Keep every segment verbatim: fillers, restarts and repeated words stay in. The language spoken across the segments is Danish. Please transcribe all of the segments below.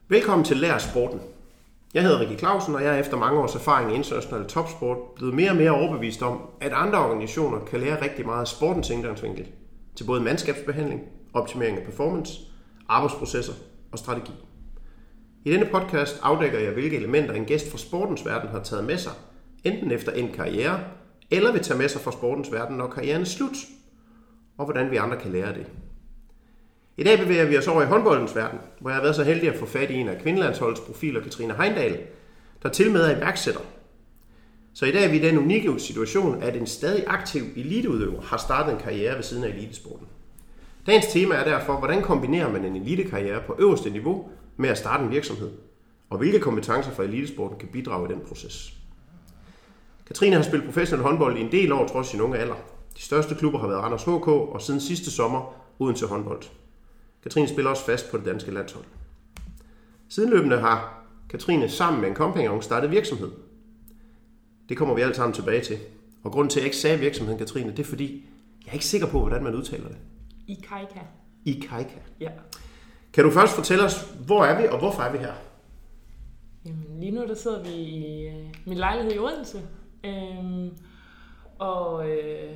Velkommen til Lær Sporten. Jeg hedder Rikke Clausen, og jeg er efter mange års erfaring i international topsport blevet mere og mere overbevist om, at andre organisationer kan lære rigtig meget af sportens indgangsvinkel til både mandskabsbehandling, optimering af performance, arbejdsprocesser og strategi. I denne podcast afdækker jeg, hvilke elementer en gæst fra sportens verden har taget med sig, enten efter en karriere, eller vil tage med sig fra sportens verden, når karrieren er slut, og hvordan vi andre kan lære det. I dag bevæger vi os over i håndboldens verden, hvor jeg har været så heldig at få fat i en af kvindelandsholdets profiler, Katrine Heindal, der til med er iværksætter. Så i dag er vi i den unikke situation, at en stadig aktiv eliteudøver har startet en karriere ved siden af elitesporten. Dagens tema er derfor, hvordan kombinerer man en elitekarriere på øverste niveau med at starte en virksomhed, og hvilke kompetencer fra elitesporten kan bidrage i den proces. Katrine har spillet professionel håndbold i en del år trods sin unge alder. De største klubber har været Randers H K og siden sidste sommer Odense Håndbold. Katrine spiller også fast på det danske landshold. Sideløbende har Katrine sammen med en kompagnon startet virksomhed. Det kommer vi alle sammen tilbage til. Og grunden til, at jeg ikke sagde virksomheden, Katrine, det er fordi, jeg er ikke sikker på, hvordan man udtaler det. Ikaika. Ikaika. Ja. Kan du først fortælle os, hvor er vi, og hvorfor er vi her? Jamen, lige nu der sidder vi i øh, min lejlighed i Odense. Øhm, og øh,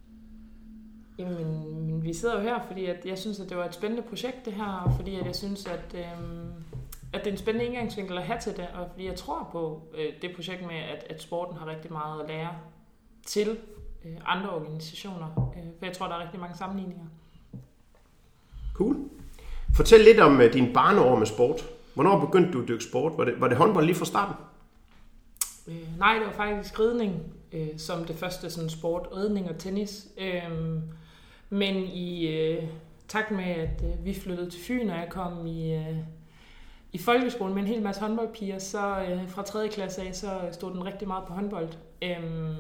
jamen, vi sidder jo her, fordi at jeg synes, at det var et spændende projekt, det her. Og fordi at jeg synes, at, øh, at det er en spændende indgangsvinkel at have til det. Og fordi jeg tror på øh, det projekt med, at, at sporten har rigtig meget at lære til øh, andre organisationer. Øh, for jeg tror, der er rigtig mange sammenligninger. Cool. Fortæl lidt om uh, din barneår med sport. Hvornår begyndte du at dyrke sport? Var det, var det håndbold lige fra starten? Øh, nej, det var faktisk ridning øh, som det første sådan sport. Ridning og tennis. Øh, men i øh, takt med, at øh, vi flyttede til Fyn, og jeg kom i, øh, i folkeskolen med en hel masse håndboldpiger, så øh, fra tredje klasse af, så stod den rigtig meget på håndbold. Øh,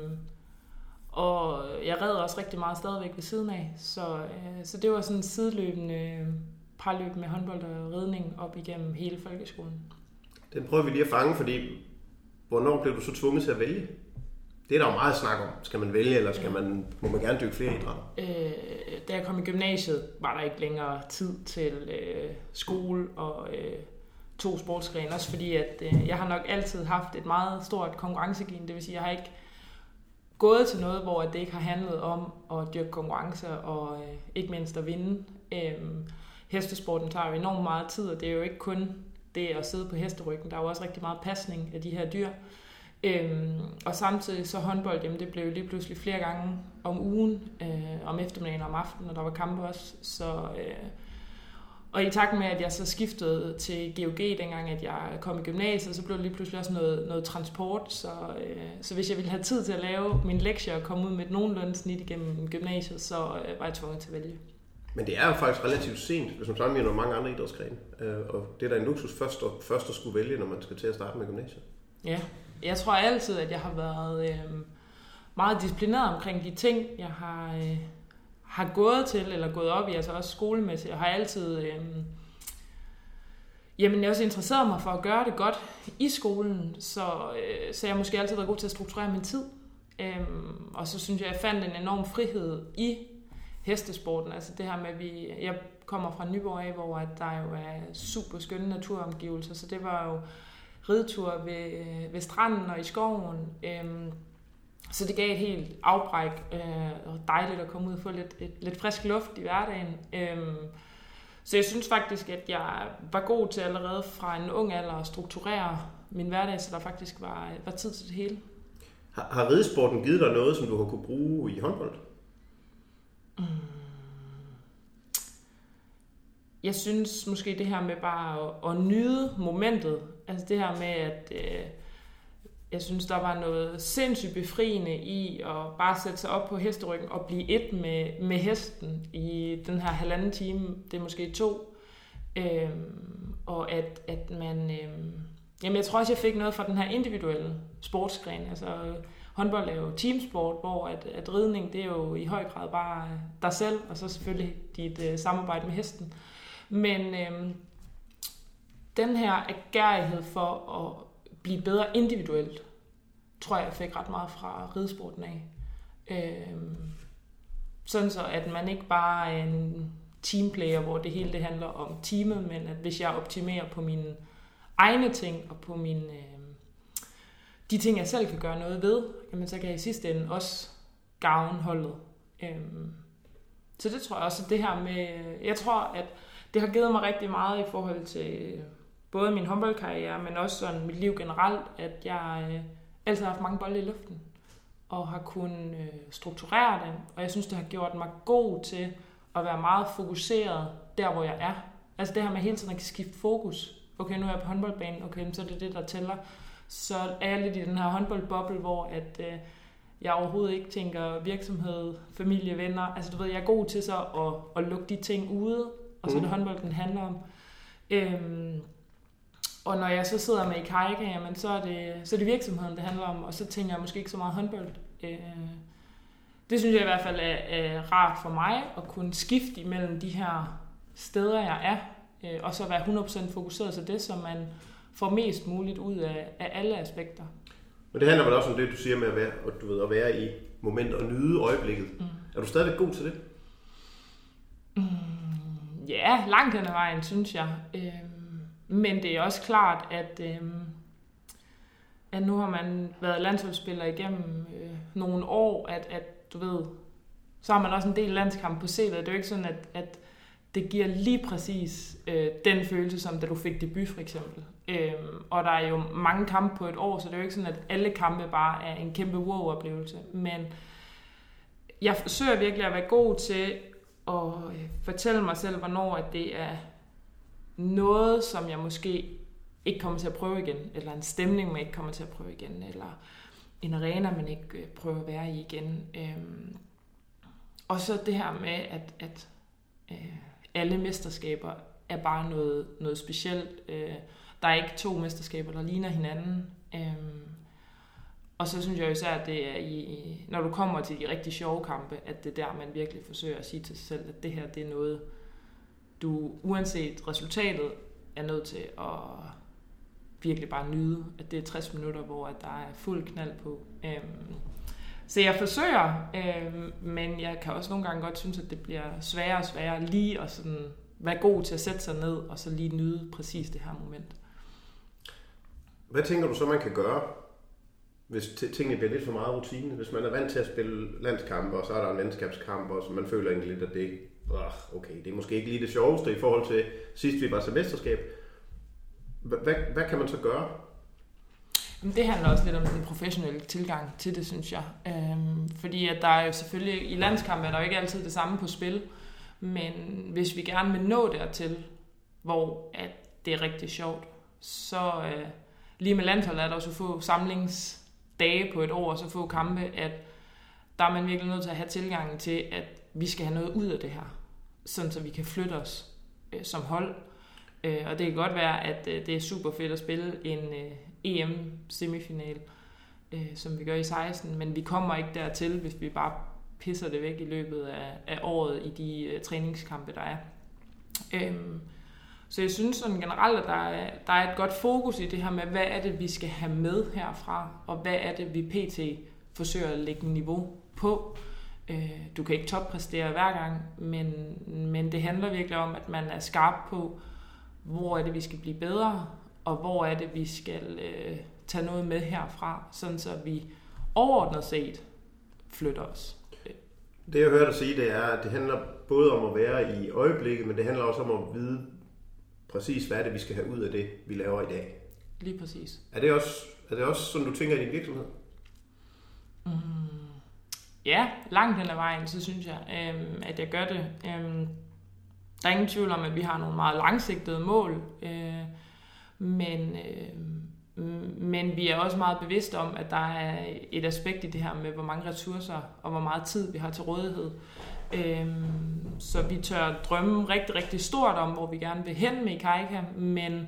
og jeg red også rigtig meget stadigvæk ved siden af. Så, øh, så det var sådan en sideløbende øh, parløb med håndbold og ridning op igennem hele folkeskolen. Den prøver vi lige at fange, fordi hvornår blev du så tvunget til at vælge? Det er der jo meget snak om. Skal man vælge, eller skal man, må man gerne dyrke flere idrætter? Øh, da jeg kom i gymnasiet, var der ikke længere tid til øh, skole og øh, to sportsgrene. Også fordi, at øh, jeg har nok altid haft et meget stort konkurrencegen. Det vil sige, jeg har ikke gået til noget, hvor det ikke har handlet om at dyrke konkurrencer og øh, ikke mindst at vinde. Øh, hestesporten tager jo enormt meget tid, og det er jo ikke kun det at sidde på hesteryggen. Der er jo også rigtig meget pasning af de her dyr. Øhm, og samtidig så håndbold, jamen det blev lige pludselig flere gange om ugen, øh, om eftermiddagen og om aftenen, og der var kampe også. Så, øh, og i takt med, at jeg så skiftede til G O G, dengang at jeg kom i gymnasiet, så blev det lige pludselig også noget, noget transport. Så, øh, så hvis jeg ville have tid til at lave mine lektier og komme ud med et nogenlunde snit igennem gymnasiet, så øh, var jeg tvunget til at vælge. Men det er jo faktisk relativt sent, hvis man sammenligner med mange andre idrætsgrene. Og det er da en luksus først, først at skulle vælge, når man skal til at starte med gymnasiet. Ja, jeg tror altid, at jeg har været øh, meget disciplineret omkring de ting, jeg har, øh, har gået til, eller gået op i, altså også skolemæssigt. Jeg har altid, øh, jamen jeg har også interesseret mig for at gøre det godt i skolen, så, øh, så jeg har måske altid været god til at strukturere min tid. Øh, og så synes jeg, at jeg fandt en enorm frihed i hestesporten, altså det her med, at vi, jeg kommer fra Nyborg af, hvor at der jo er super skønne naturomgivelser, så det var jo ridetur ved, ved stranden og i skoven, øhm, så det gav et helt afbræk, øh, og dejligt at komme ud og få lidt, et, lidt frisk luft i hverdagen. Øhm, så jeg synes faktisk, at jeg var god til allerede fra en ung alder at strukturere min hverdag, så der faktisk var, var tid til det hele. Har, har ridesporten givet dig noget, som du har kunne bruge i håndbold? Mm. Jeg synes måske det her med bare at, at nyde momentet, altså det her med, at øh, jeg synes, der var noget sindssygt befriende i at bare sætte sig op på hesteryggen og blive et med, med hesten i den her halvanden time, det er måske to, øhm, og at, at man, øhm, jamen jeg tror også, jeg fik noget fra den her individuelle sportsgren, altså håndbold er jo teamsport, hvor at, at ridning, det er jo i høj grad bare dig selv, og så selvfølgelig dit øh, samarbejde med hesten. Men øhm, den her agerighed for at blive bedre individuelt, tror jeg, jeg fik ret meget fra ridesporten af. Øhm, sådan så, at man ikke bare er en teamplayer, hvor det hele det handler om teamet, men at hvis jeg optimerer på mine egne ting og på mine, øh, de ting, jeg selv kan gøre noget ved, jamen så kan jeg i sidste ende også gavne holdet. Øh, så det tror jeg også, at det her med, jeg tror, at det har givet mig rigtig meget i forhold til både min håndboldkarriere, men også sådan mit liv generelt, at jeg øh, altid har haft mange bolde i luften og har kunnet øh, strukturere det, og jeg synes, det har gjort mig god til at være meget fokuseret der, hvor jeg er. Altså det her med hele tiden at kan skifte fokus. Okay, nu er jeg på håndboldbanen, okay, så er det det, der tæller. Så er jeg lidt i den her håndboldboble, hvor at, øh, jeg overhovedet ikke tænker virksomhed, familie, venner. Altså du ved, jeg er god til så at, at lukke de ting ude, og så er det håndbolden handler om. Øhm, og når jeg så sidder med i Kajka, jamen, så, er det, så er det virksomheden, det handler om, og så tænker jeg måske ikke så meget håndbold. Øh, det synes jeg i hvert fald er, er rart for mig, at kunne skifte imellem de her steder, jeg er, øh, og så være hundrede procent fokuseret til det, så man får mest muligt ud af, af alle aspekter. Men det handler vel også om det, du siger med at være, og du ved, at være i momentet og nyde øjeblikket. Mm. Er du stadigvæk god til det? Mm, ja, langt hen ad vejen, synes jeg. Øhm, men det er også klart, at, øhm, at nu har man været landsholdsspiller igennem øh, nogle år, at, at du ved, så har man også en del landskampe på C V'et. Det er jo ikke sådan, at, at det giver lige præcis øh, den følelse, som da du fik debut for eksempel. Øhm, og der er jo mange kampe på et år, så det er jo ikke sådan, at alle kampe bare er en kæmpe wow-oplevelse. Men jeg forsøger virkelig at være god til at fortælle mig selv, hvornår at det er noget, som jeg måske ikke kommer til at prøve igen, eller en stemning, man ikke kommer til at prøve igen, eller en arena, man ikke prøver at være i igen. Øhm, og så det her med, at, at øh, alle mesterskaber er bare noget, noget specielt. Øh, der er ikke to mesterskaber, der ligner hinanden. Øhm, og så synes jeg jo især, at det er i, når du kommer til de rigtig sjove kampe, at det er der, man virkelig forsøger at sige til sig selv, at det her, det er noget, du uanset resultatet er nødt til at virkelig bare nyde, at det er tres minutter, hvor der er fuld knald på. Øhm, så jeg forsøger, øhm, men jeg kan også nogle gange godt synes, at det bliver sværere og sværere lige at sådan være god til at sætte sig ned, og så lige nyde præcis det her moment. Hvad tænker du så, man kan gøre, hvis tingene bliver lidt for meget rutine? Hvis man er vant til at spille landskampe, og så er der en venskabskamp, og så man føler egentlig lidt, at det, okay, det er måske ikke lige det sjoveste i forhold til sidst vi var til mesterskab. Hvad, hvad kan man så gøre? Det handler også lidt om den professionelle tilgang til det, synes jeg. Øhm, fordi at der er jo selvfølgelig, i landskampe er der jo ikke altid det samme på spil, men hvis vi gerne vil nå dertil, hvor at det er rigtig sjovt, så øh, lige med landshold er der også få samlingsdage på et år, og så få kampe, at der er man virkelig nødt til at have tilgangen til, at vi skal have noget ud af det her, sådan så vi kan flytte os øh, som hold. Øh, og det kan godt være, at øh, det er super fedt at spille en øh, E M-semifinal, øh, som vi gør i seksten, men vi kommer ikke dertil, hvis vi bare pisser det væk i løbet af, af året i de øh, træningskampe, der er. Øhm, så jeg synes sådan generelt, at der er, der er et godt fokus i det her med, hvad er det, vi skal have med herfra, og hvad er det, vi pt. Forsøger at lægge niveau på. Øh, du kan ikke toppræstere hver gang, men, men det handler virkelig om, at man er skarp på, hvor er det, vi skal blive bedre, og hvor er det, vi skal øh, tage noget med herfra, sådan så vi overordnet set flytter os. Det jeg hører dig sige, det er, at det handler både om at være i øjeblikket, men det handler også om at vide præcis, hvad er det, vi skal have ud af det, vi laver i dag. Lige præcis. Er det også, er det også sådan, du tænker i din virksomhed? Mm, ja, langt hen ad vejen, så synes jeg, øhm, at jeg gør det. Øhm, der er ingen tvivl om, at vi har nogle meget langsigtede mål, øh, men, øh, men vi er også meget bevidste om, at der er et aspekt i det her med, hvor mange ressourcer og hvor meget tid vi har til rådighed. Øh, så vi tør drømme rigtig, rigtig stort om, hvor vi gerne vil hen med Kajka, men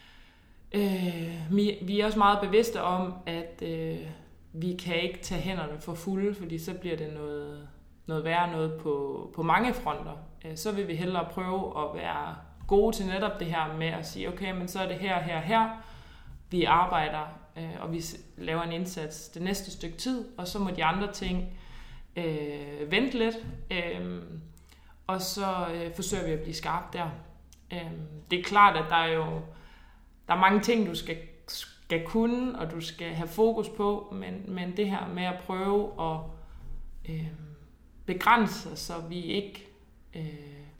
øh, vi, vi er også meget bevidste om, at øh, vi kan ikke tage hænderne for fulde, fordi så bliver det noget, noget værre noget på, på mange fronter. Så vil vi hellere prøve at være gode til netop det her med at sige, okay, men så er det her, her, her. Vi arbejder, øh, og vi laver en indsats det næste stykke tid, og så må de andre ting øh, vente lidt, øh, og så øh, forsøger vi at blive skarpe der. Øh, det er klart, at der er jo der er mange ting, du skal, skal kunne, og du skal have fokus på, men, men det her med at prøve at øh, begrænse, så vi ikke øh,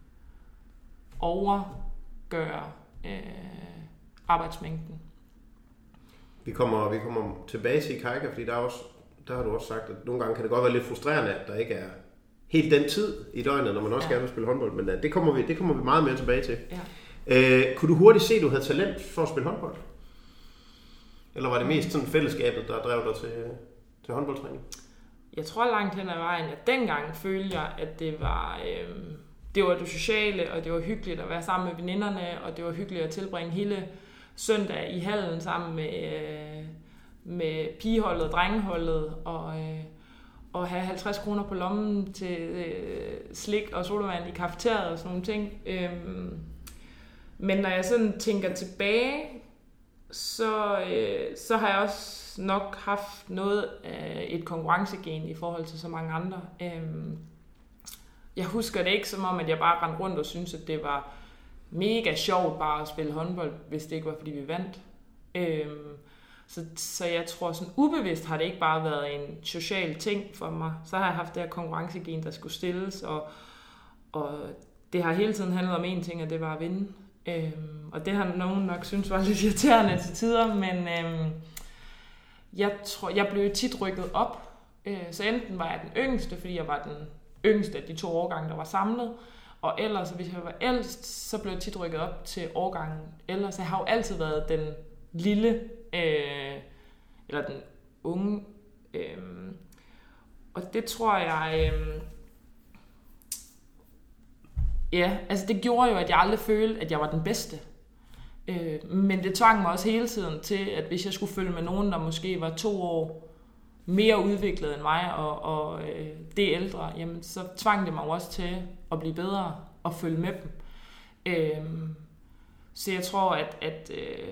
overgør øh, arbejdsmængden. Vi kommer, vi kommer tilbage til Ikaika, fordi der, er også, der har du også sagt, at nogle gange kan det godt være lidt frustrerende, at der ikke er helt den tid i døgnet, når man også ja. gerne vil spille håndbold, men uh, det, kommer vi, det kommer vi meget mere tilbage til. Ja. Uh, kunne du hurtigt se, at du havde talent for at spille håndbold? Eller var det mest sådan fællesskabet, der drev dig til, til håndboldtræning? Jeg tror langt hen ad vejen, at dengang følte jeg, at det var, øh, det var det sociale, og det var hyggeligt at være sammen med veninderne, og det var hyggeligt at tilbringe hele søndag i hallen sammen med, øh, med pigeholdet og drengeholdet, og, øh, og have halvtreds kroner på lommen til øh, slik og sodavand i kafeteriet og sådan nogle ting. Øh, men når jeg sådan tænker tilbage, så, øh, så har jeg også nok haft noget af et konkurrencegen i forhold til så mange andre. Øh, jeg husker det ikke som om, at jeg bare rendte rundt og syntes, at det var mega sjovt bare at spille håndbold, hvis det ikke var, fordi vi vandt. Øhm, så, så jeg tror, sådan ubevidst har det ikke bare været en social ting for mig. Så har jeg haft det her konkurrencegen, der skulle stilles, og, og det har hele tiden handlet om én ting, og det var at vinde. Øhm, og det har nogen nok synes var lidt irriterende til tider, men øhm, jeg tror, jeg blev tit rykket op. Øh, så enten var jeg den yngste, fordi jeg var den yngste af de to årgange, der var samlet, og ellers, hvis jeg var ældst, så blev jeg tit rykket op til årgangen. Ellers jeg har jo altid været den lille, øh, eller den unge. Øh, og det tror jeg, øh, ja, altså det gjorde jo, at jeg aldrig følte, at jeg var den bedste. Øh, men det tvang mig også hele tiden til, at hvis jeg skulle følge med nogen, der måske var to år mere udviklet end mig, og, og øh, det ældre, jamen, så tvang det mig også til at blive bedre og følge med dem. Øhm, så jeg tror, at, at øh,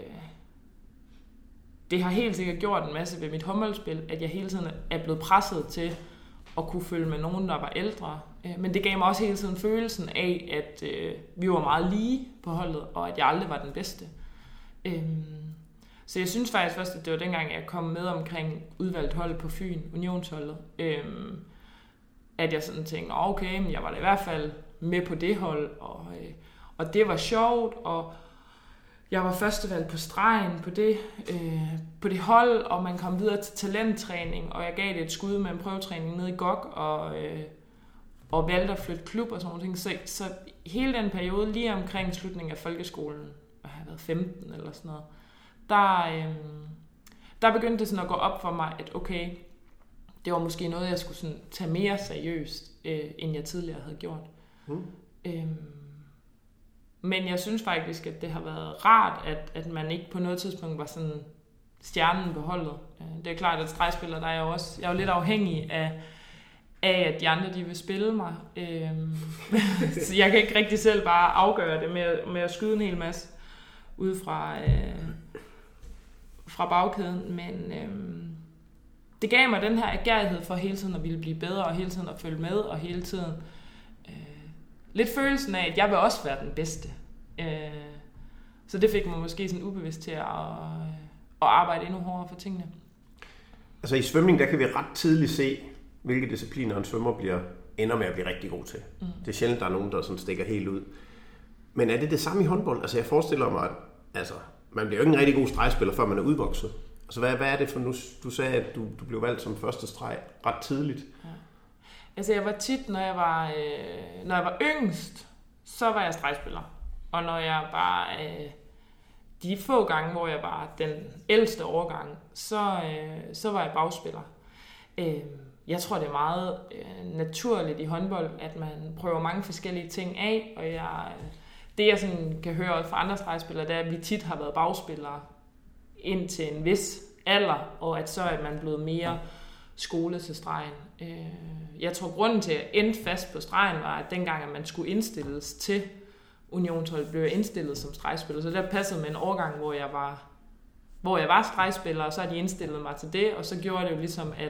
det har helt sikkert gjort en masse ved mit håndboldspil, at jeg hele tiden er blevet presset til at kunne følge med nogen, der var ældre. Øh, men det gav mig også hele tiden følelsen af, at øh, vi var meget lige på holdet, og at jeg aldrig var den bedste. Øhm, Så jeg synes faktisk først, at det var dengang, jeg kom med omkring udvalgt hold på Fyn, Unionsholdet, øhm, at jeg sådan tænkte, okay, men jeg var da i hvert fald med på det hold, og, øh, og det var sjovt, og jeg var førstevalg på stregen på det, øh, på det hold, og man kom videre til talenttræning, og jeg gav det et skud med en prøvetræning nede i G O G, og, øh, og valgte at flytte klub og sådan noget ting. Så, så hele den periode, lige omkring slutningen af folkeskolen, og jeg har været femten eller sådan noget, Der, øh, der begyndte det sådan at gå op for mig, at okay, det var måske noget, jeg skulle sådan tage mere seriøst, øh, end jeg tidligere havde gjort. Mm. Øhm, men jeg synes faktisk, at det har været rart, at, at man ikke på noget tidspunkt var sådan stjernen på holdet. Det er klart, at stregspiller, der er jeg også, jeg er jo lidt afhængig af, af at de andre, de vil spille mig. Øhm, så jeg kan ikke rigtig selv bare afgøre det med, med at skyde en hel masse ud fra... Øh, fra bagkæden, men øhm, det gav mig den her agerighed for hele tiden at ville blive bedre, og hele tiden at følge med, og hele tiden øh, lidt følelsen af, at jeg vil også være den bedste. Øh, så det fik mig måske sådan ubevidst til at, at arbejde endnu hårdere for tingene. Altså i svømning, der kan vi ret tidligt se, hvilke discipliner en svømmer bliver, ender med at blive rigtig god til. Mm. Det er sjældent, der er nogen, der sådan stikker helt ud. Men er det det samme i håndbold? Altså jeg forestiller mig, at altså, man bliver jo ikke en rigtig god stregspiller, før man er udvokset. Altså, hvad, hvad er det for nu? Du sagde, at du, du blev valgt som første streg ret tidligt. Ja. Altså, jeg var tit, når jeg var, øh, når jeg var yngst, så var jeg stregspiller. Og når jeg var øh, de få gange, hvor jeg var den ældste årgang, så, øh, så var jeg bagspiller. Øh, jeg tror, det er meget øh, naturligt i håndbold, at man prøver mange forskellige ting af, og jeg... Det, jeg sådan kan høre fra andre stregspillere, det er, at vi tit har været bagspillere indtil en vis alder, og at så er man blevet mere skole til stregen. Jeg tror, grunden til at endte fast på stregen var, at dengang, at man skulle indstilles til unionsholdet, blev jeg indstillet som stregspiller. Så der passede med en årgang, hvor jeg var, hvor jeg var stregspiller, og så har de indstillet mig til det, og så gjorde det jo ligesom, at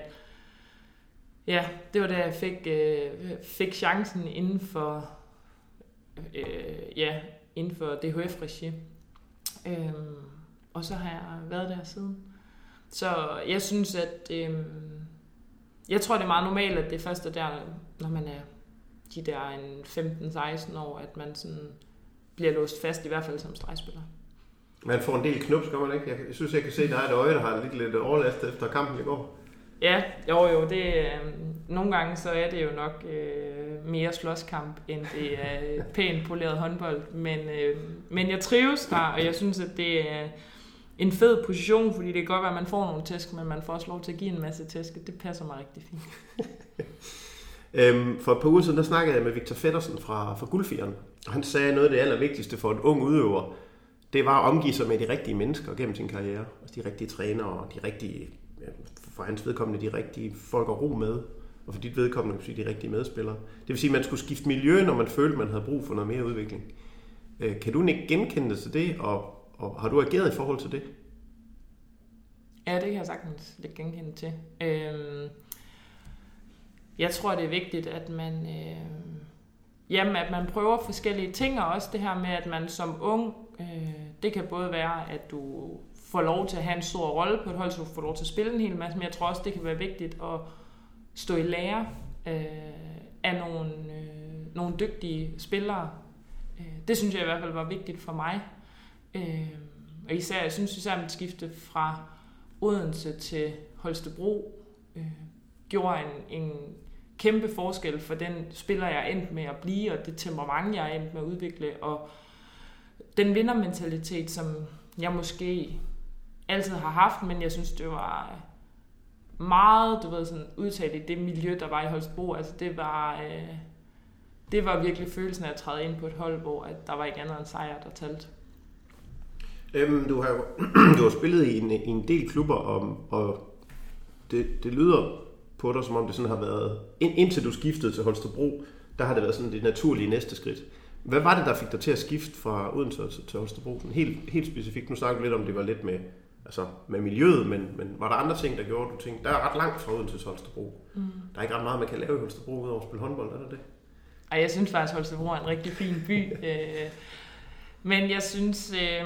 ja, det var da jeg fik, øh, fik chancen inden for Øh, ja, inden for D H F-regi. Øhm, og så har jeg været der siden. Så jeg synes, at øh, jeg tror, det er meget normalt, at det først er der, når man er de der femten seksten år, at man sådan bliver låst fast, i hvert fald som stregspiller. Man får en del knups, gør man ikke? Jeg synes, jeg kan se, at der er et øje, der har lidt, lidt overlast efter kampen i går. Ja, jo jo, det, øh, nogle gange så er det jo nok øh, mere slåskamp, end det er pænt poleret håndbold, men, øh, men jeg trives der, og jeg synes, at det er en fed position, fordi det kan godt være, at man får nogle tæsk, men man får også lov til at give en masse tæsk, det passer mig rigtig fint. øhm, for et par uger siden, der snakkede jeg med Victor Feddersen fra, fra Guldfireren, og han sagde, at noget af det allervigtigste for en ung udøver, det var at omgive sig med de rigtige mennesker gennem sin karriere, altså de rigtige trænere og de rigtige, for hans vedkommende, de rigtige folk at ro med, og for dit vedkommende, kan man sige, de rigtige medspillere. Det vil sige, at man skulle skifte miljø, når man følte, man havde brug for noget mere udvikling. Kan du ikke genkende dig til det, og, og har du ageret i forhold til det? Ja, det kan jeg sagtens lidt genkende til. Øhm, jeg tror, det er vigtigt, at man, øh, jamen, at man prøver forskellige ting, og også det her med, at man som ung, øh, det kan både være, at du får lov til at have en stor rolle på et hold, så du får lov til at spille en hel masse, men jeg tror også, det kan være vigtigt at stå i lære øh, af nogle, øh, nogle dygtige spillere. Øh, det synes jeg i hvert fald var vigtigt for mig. Øh, og især, jeg synes især, at mit skifte fra Odense til Holstebro øh, gjorde en, en kæmpe forskel for den spiller, jeg er endt med at blive, og det temperament, jeg er endt med at udvikle, og den vindermentalitet, som jeg måske altid har haft, men jeg synes, det var meget, du ved, sådan udtalt i det miljø, der var i Holstebro. Altså det var, øh, det var virkelig følelsen af at træde ind på et hold, hvor at der var ikke andet end sejr, der talte. Øhm, du har du har spillet i en, i en del klubber, og, og det, det lyder på dig, som om det sådan har været, ind, indtil du skiftede til Holstebro, der har det været sådan det naturlige næste skridt. Hvad var det, der fik dig til at skifte fra Odense til Holstebro? Helt, helt specifikt. Nu snakker du lidt om, det var lidt med, altså med miljøet, men, men var der andre ting, der gjorde, du tænkte, der er ret langt fra Odense til Holstebro. Mm. Der er ikke ret meget, man kan lave i Holstebro, udover at spille håndbold, er der det? Ej, jeg synes faktisk, Holstebro er en rigtig fin by. Men jeg synes, øh,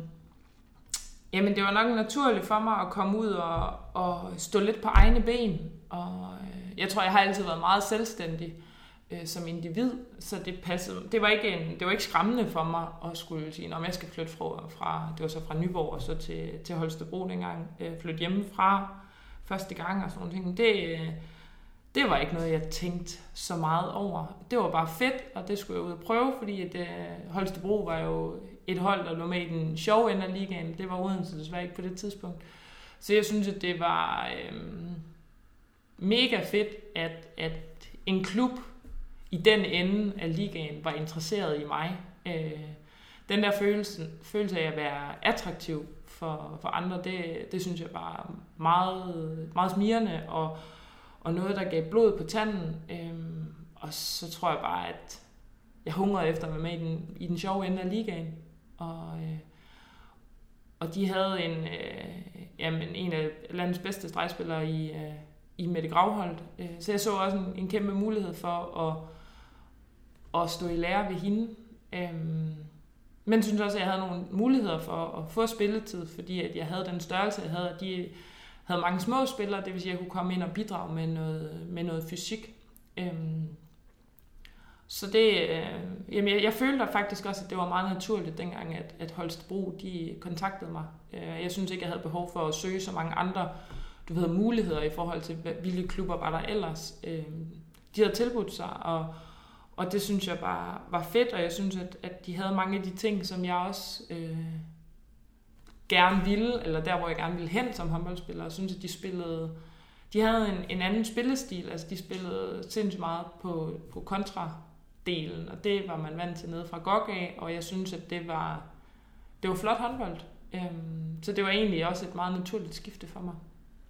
jamen det var nok naturligt for mig at komme ud og, og stå lidt på egne ben. Og øh, jeg tror, jeg har altid været meget selvstændig som individ, så det passede. Det var ikke en, det var ikke skræmmende for mig at skulle sige, om jeg skal flytte fra, fra det var så fra Nyborg og så til til Holstebro dengang, øh, flytte hjemmefra første gang og sådan nogle ting. Det det var ikke noget jeg tænkte så meget over. Det var bare fedt, og det skulle jeg ud og prøve, fordi at, øh, Holstebro var jo et hold, der lå med i den sjove ende af ligaen. Det var Odense desværre ikke på det tidspunkt. Så jeg synes, at det var øh, mega fedt, at at en klub i den ende af ligaen var interesseret i mig. Øh, den der følelse, følelse af at være attraktiv for, for andre, det, det synes jeg bare meget, meget smirrende, og, og noget, der gav blod på tanden. Øh, og så tror jeg bare, at jeg hungrede efter at være med i den, i den sjove ende af ligaen. Og, øh, og de havde en, øh, jamen, en af landets bedste stregspillere i, øh, i Mette Gravholt. Øh, så jeg så også en, en kæmpe mulighed for at og stå i lære ved hende. Øhm, men synes også, at jeg havde nogle muligheder for at få spilletid, fordi at jeg havde den størrelse, jeg havde, at de havde mange små spillere, det vil sige, at jeg kunne komme ind og bidrage med noget, med noget fysik. Øhm, så det, øh, jamen jeg, jeg følte faktisk også, at det var meget naturligt dengang, at, at Holstebro, de kontaktede mig. Jeg synes ikke, jeg havde behov for at søge så mange andre, du ved, muligheder i forhold til, hvilke klubber var der ellers. Øhm, de havde tilbudt sig, og Og det synes jeg bare var fedt, og jeg synes, at, at de havde mange af de ting, som jeg også øh, gerne ville, eller der, hvor jeg gerne ville hen som håndboldspiller. Jeg synes, at de spillede, de havde en, en anden spillestil, altså de spillede sindssygt meget på, på kontradelen, og det var man vant til nede fra G O G af, og jeg synes, at det var, det var flot håndbold. Øhm, så det var egentlig også et meget naturligt skifte for mig.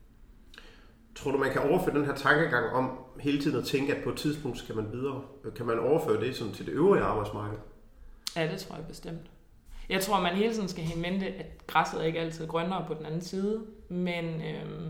Tror du, man kan overføre den her tankegang om hele tiden at tænke, at på et tidspunkt skal man videre? Kan man overføre det sådan til det øvrige arbejdsmarked? Ja, det tror jeg bestemt. Jeg tror, man hele tiden skal have i mente, at græsset ikke altid er grønnere på den anden side. Men øhm,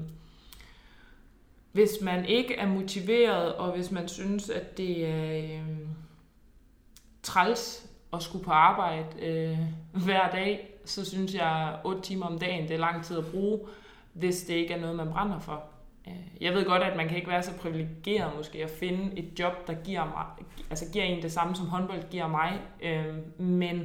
hvis man ikke er motiveret, og hvis man synes, at det er øhm, træls at skulle på arbejde øh, hver dag, så synes jeg, otte timer om dagen, det er lang tid at bruge, hvis det ikke er noget, man brænder for. Jeg ved godt, at man kan ikke være så privilegeret måske at finde et job, der giver mig, altså giver en det samme, som håndbold giver mig. Men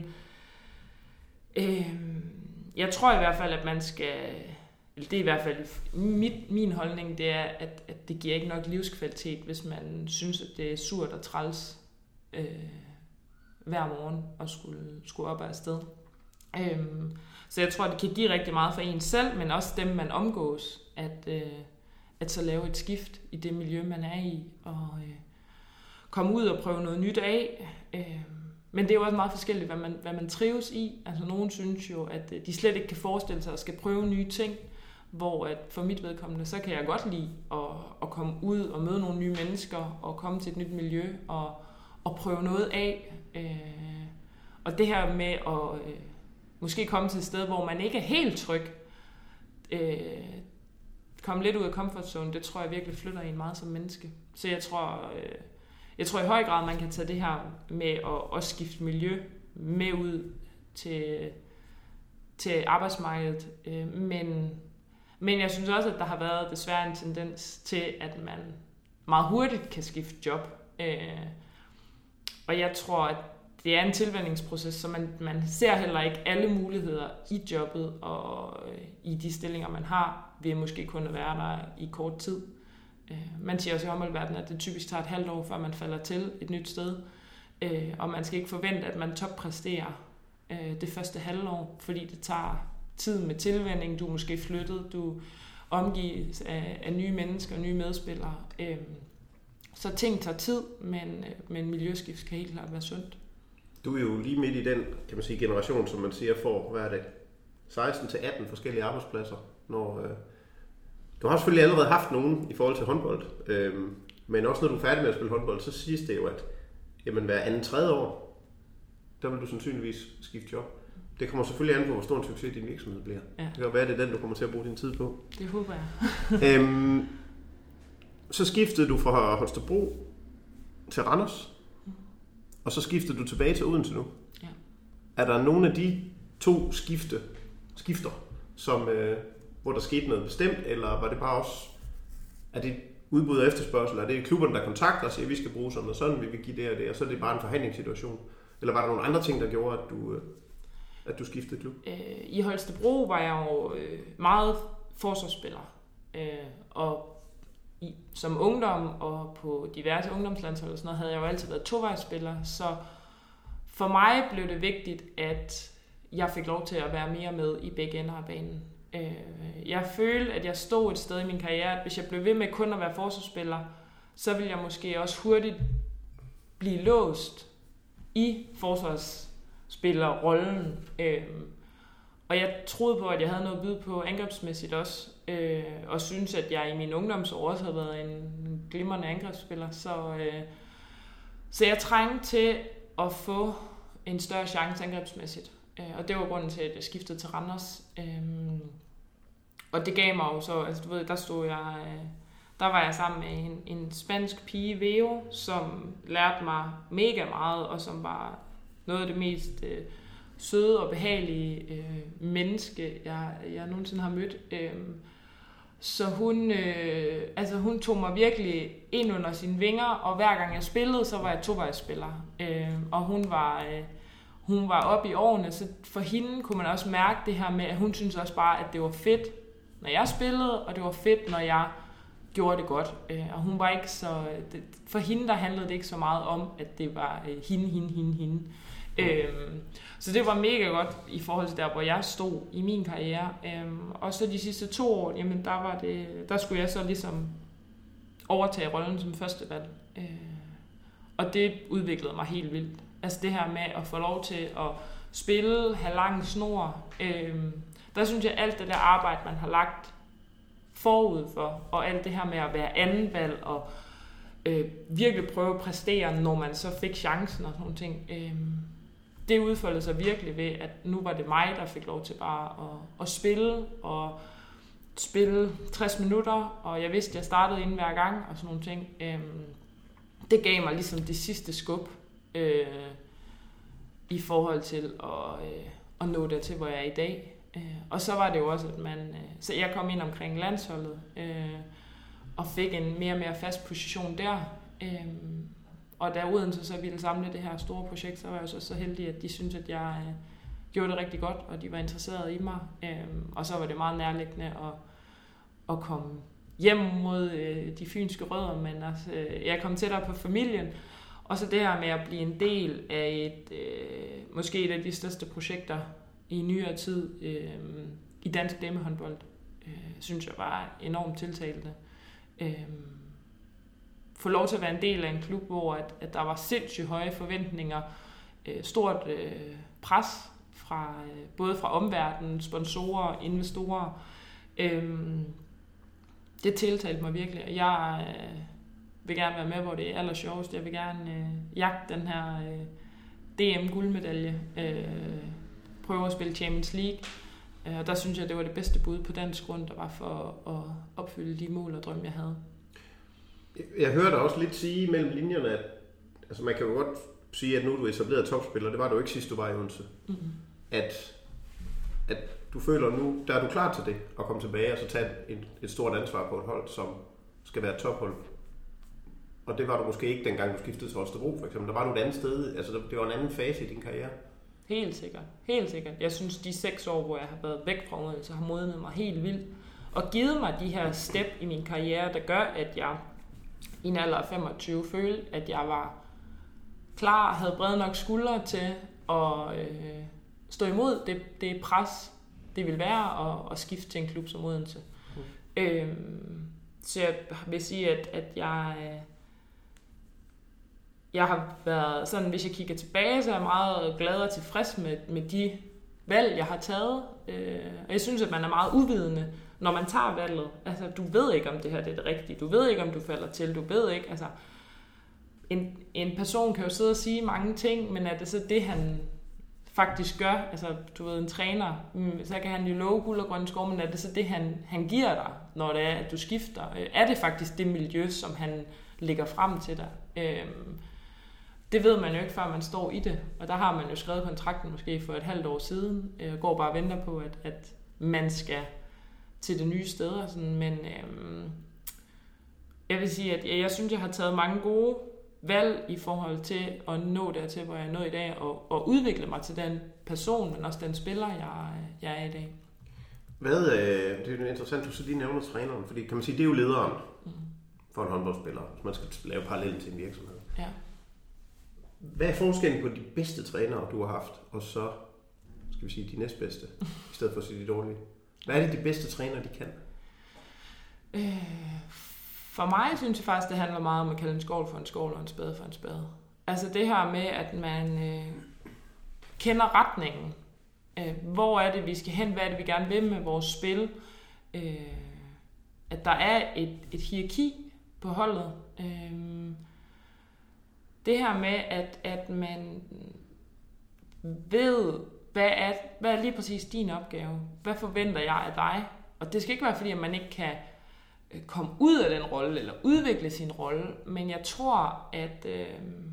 jeg tror i hvert fald, at man skal, eller det er i hvert fald mit, min holdning, det er, at, at det giver ikke nok livskvalitet, hvis man synes, at det er surt og træls øh, hver morgen at skulle, skulle op og afsted. Øhm, så jeg tror, at det kan give rigtig meget for en selv, men også dem, man omgås, at, øh, at så lave et skift i det miljø, man er i, og øh, komme ud og prøve noget nyt af. Øh, men det er jo også meget forskelligt, hvad man, hvad man trives i. Altså nogen synes jo, at de slet ikke kan forestille sig at skal prøve nye ting, hvor at for mit vedkommende, så kan jeg godt lide at, at komme ud og møde nogle nye mennesker, og komme til et nyt miljø, og, og prøve noget af. Øh, og det her med at øh, måske komme til et sted, hvor man ikke er helt tryg, øh, komme lidt ud af comfort zone, det tror jeg virkelig flytter en meget som menneske. Så jeg tror, øh, jeg tror i høj grad, man kan tage det her med at, at skifte miljø med ud til, til arbejdsmarkedet. Øh, men, men jeg synes også, at der har været desværre en tendens til, at man meget hurtigt kan skifte job. Øh, og jeg tror, at det er en tilvændingsproces, så man, man ser heller ikke alle muligheder i jobbet og øh, i de stillinger, man har, ved måske kun at være der i kort tid. Øh, man siger også i håndboldverdenen, at det typisk tager et halvt år, før man falder til et nyt sted, øh, og man skal ikke forvente, at man toppræsterer øh, det første halvår, fordi det tager tid med tilvænning, du er måske flyttet, du omgives af, af nye mennesker og nye medspillere. Øh, så ting tager tid, men, men miljøskift kan helt klart være sundt. Du er jo lige midt i den, kan man sige, generation, som man siger, får, hvad er det, seksten til atten forskellige arbejdspladser. Når, øh, du har selvfølgelig allerede haft nogen i forhold til håndbold, øh, men også når du er færdig med at spille håndbold, så siges det jo, at jamen, hver anden tredje år, der vil du sandsynligvis skifte job. Det kommer selvfølgelig an på, hvor stor en succes din virksomhed bliver. Ja. Det kan være, det er den, du kommer til at bruge din tid på. Det håber jeg. øhm, så skiftede du fra Holstebro til Randers. Og så skiftede du tilbage til Odense nu. Ja. Er der nogle af de to skifte, skifter, som, øh, hvor der skete noget bestemt, eller var det bare også, er det udbud og efterspørgsel, er det klubberne, der kontakter og siger, at vi skal bruge sådan og sådan, vi vil give det og det, og så er det bare en forhandlingssituation? Eller var der nogle andre ting, der gjorde, at du, øh, at du skiftede klub? Øh, I Holstebro var jeg jo øh, meget forsvarsspiller, øh, og I, som ungdom og på diverse ungdomslandshold og sådan noget, havde jeg jo altid været tovejsspiller, så for mig blev det vigtigt, at jeg fik lov til at være mere med i begge ender af banen. Jeg følte, at jeg stod et sted i min karriere, at hvis jeg blev ved med kun at være forsvarsspiller, så ville jeg måske også hurtigt blive låst i forsvarsspillerrollen. Og jeg troede på, at jeg havde noget at byde på angrebsmæssigt også, øh, og synes, at jeg i min ungdomsår også havde været en glimrende angrebsspiller. Så, øh, så jeg trængte til at få en større chance angrebsmæssigt. Øh, og det var grunden til, at jeg skiftede til Randers. Øh, og det gav mig jo så, altså du ved, der stod jeg, øh, der var jeg sammen med en, en spansk pige, Veo, som lærte mig mega meget, og som var noget af det mest Øh, søde og behagelige øh, menneske, jeg, jeg nogensinde har mødt. Øh, så hun, øh, altså hun tog mig virkelig ind under sine vinger, og hver gang jeg spillede, så var jeg tovejsspiller. Øh, og hun var, øh, hun var oppe i årene, så for hende kunne man også mærke det her med, at hun syntes også bare, at det var fedt, når jeg spillede, og det var fedt, når jeg gjorde det godt. Øh, og hun var ikke så, det, for hende der handlede det ikke så meget om, at det var øh, hende, hende, hende, hende. Øhm, så det var mega godt i forhold til der, hvor jeg stod i min karriere. Øhm, og så de sidste to år, jamen der var det, der skulle jeg så ligesom overtage rollen som førstevalg. Øh, og det udviklede mig helt vildt. Altså det her med at få lov til at spille, have lang snor. Øh, der synes jeg, alt det der arbejde, man har lagt forud for, og alt det her med at være andenvalg og øh, virkelig prøve at præstere, når man så fik chancen og sådan nogle ting. Øh, det udfoldede sig virkelig ved, at nu var det mig, der fik lov til bare at, at spille, og spille tres minutter, og jeg vidste, at jeg startede inden hver gang, og sådan nogle ting. Øh, det gav mig ligesom det sidste skub, øh, i forhold til at, øh, at nå dertil, hvor jeg er i dag. Øh, og så var det jo også, at man... Øh, så jeg kom ind omkring landsholdet, øh, og fik en mere og mere fast position der. Øh, og da Odense så ville samle det her store projekt, så var jeg så, så heldig, at de syntes, at jeg øh, gjorde det rigtig godt, og de var interesserede i mig. Øh, og så var det meget nærliggende at, at komme hjem mod øh, de fynske rødder, men altså, øh, jeg kom tættere på familien. Og så det her med at blive en del af et, øh, måske et af de største projekter i nyere tid øh, i dansk damehåndbold, øh, synes jeg var enormt tiltalende. Øh, få lov til at være en del af en klub, hvor at, at der var sindssygt høje forventninger, øh, stort øh, pres fra øh, både fra omverdenen, sponsorer, investorer. Øh, det tiltalte mig virkelig, og jeg øh, vil gerne være med, hvor det er aller sjovest. Jeg vil gerne øh, jagte den her øh, D M-guldmedalje, øh, prøve at spille Champions League, øh, og der synes jeg, det var det bedste bud på dansk grund, der var for at opfylde de mål og drømme, jeg havde. Jeg hørte også lidt sige mellem linjerne, at altså man kan jo godt sige, at nu er du etableret topspiller, det var du ikke sidst, du var i Odense. Mm-hmm. At, at du føler nu, der er du klar til det, at komme tilbage og så tage et, et stort ansvar på et hold, som skal være et tophold. Og det var du måske ikke dengang, du skiftede til Holstebro for eksempel. Der var du et andet sted, altså det var en anden fase i din karriere. Helt sikkert, helt sikkert. Jeg synes, de seks år, hvor jeg har været væk fra Odense, har modnet mig helt vildt. Og givet mig de her step i min karriere, der gør, at jeg i en alder af femogtyve følte, at jeg var klar, havde brede nok skuldre til at øh, stå imod det, det pres, det ville være at, at skifte til en klub som Odense. Mm. Øhm, så jeg vil sige, at, at jeg... Jeg har været sådan, hvis jeg kigger tilbage, så er jeg meget glad og tilfreds med, med de valg, jeg har taget. Øh, og jeg synes, at man er meget uvidende, når man tager valget. Altså, du ved ikke, om det her det er det rigtige. Du ved ikke, om du falder til. Du ved ikke, altså... En, en person kan jo sidde og sige mange ting, men er det så det, han faktisk gør? Altså, du ved, en træner, så kan han jo love guld og grønne skov, men er det så det, han, han giver dig, når det er, at du skifter? Er det faktisk det miljø, som han lægger frem til dig? Øh, Det ved man jo ikke, før man står i det. Og der har man jo skrevet kontrakten måske for et halvt år siden. Jeg går bare og venter på, at, at man skal til det nye sted. Sådan. Men øhm, jeg vil sige, at jeg, jeg synes, jeg har taget mange gode valg i forhold til at nå dertil, hvor jeg er nået i dag. Og, og udvikle mig til den person, men også den spiller, jeg, jeg er i dag. Hvad, øh, det er jo interessant, du så lige nævner træneren. Fordi kan man sige, det er jo lederen mm. for en håndboldspiller, hvis man skal lave parallelt til en virksomhed. Ja. Hvad er forskellen på de bedste trænere, du har haft, og så, skal vi sige, de næstbedste, i stedet for at sige de dårlige? Hvad er det, de bedste trænere, de kan? Øh, for mig synes jeg faktisk, det handler meget om at kalde en skål for en skål og en spade for en spade. Altså det her med, at man øh, kender retningen. Øh, hvor er det, vi skal hen? Hvad er det, vi gerne vil med vores spil? Øh, at der er et, et hierarki på holdet. Øh, Det her med, at, at man ved, hvad er, hvad er lige præcis din opgave? Hvad forventer jeg af dig? Og det skal ikke være, fordi at man ikke kan komme ud af den rolle, eller udvikle sin rolle, men jeg tror, at, øh,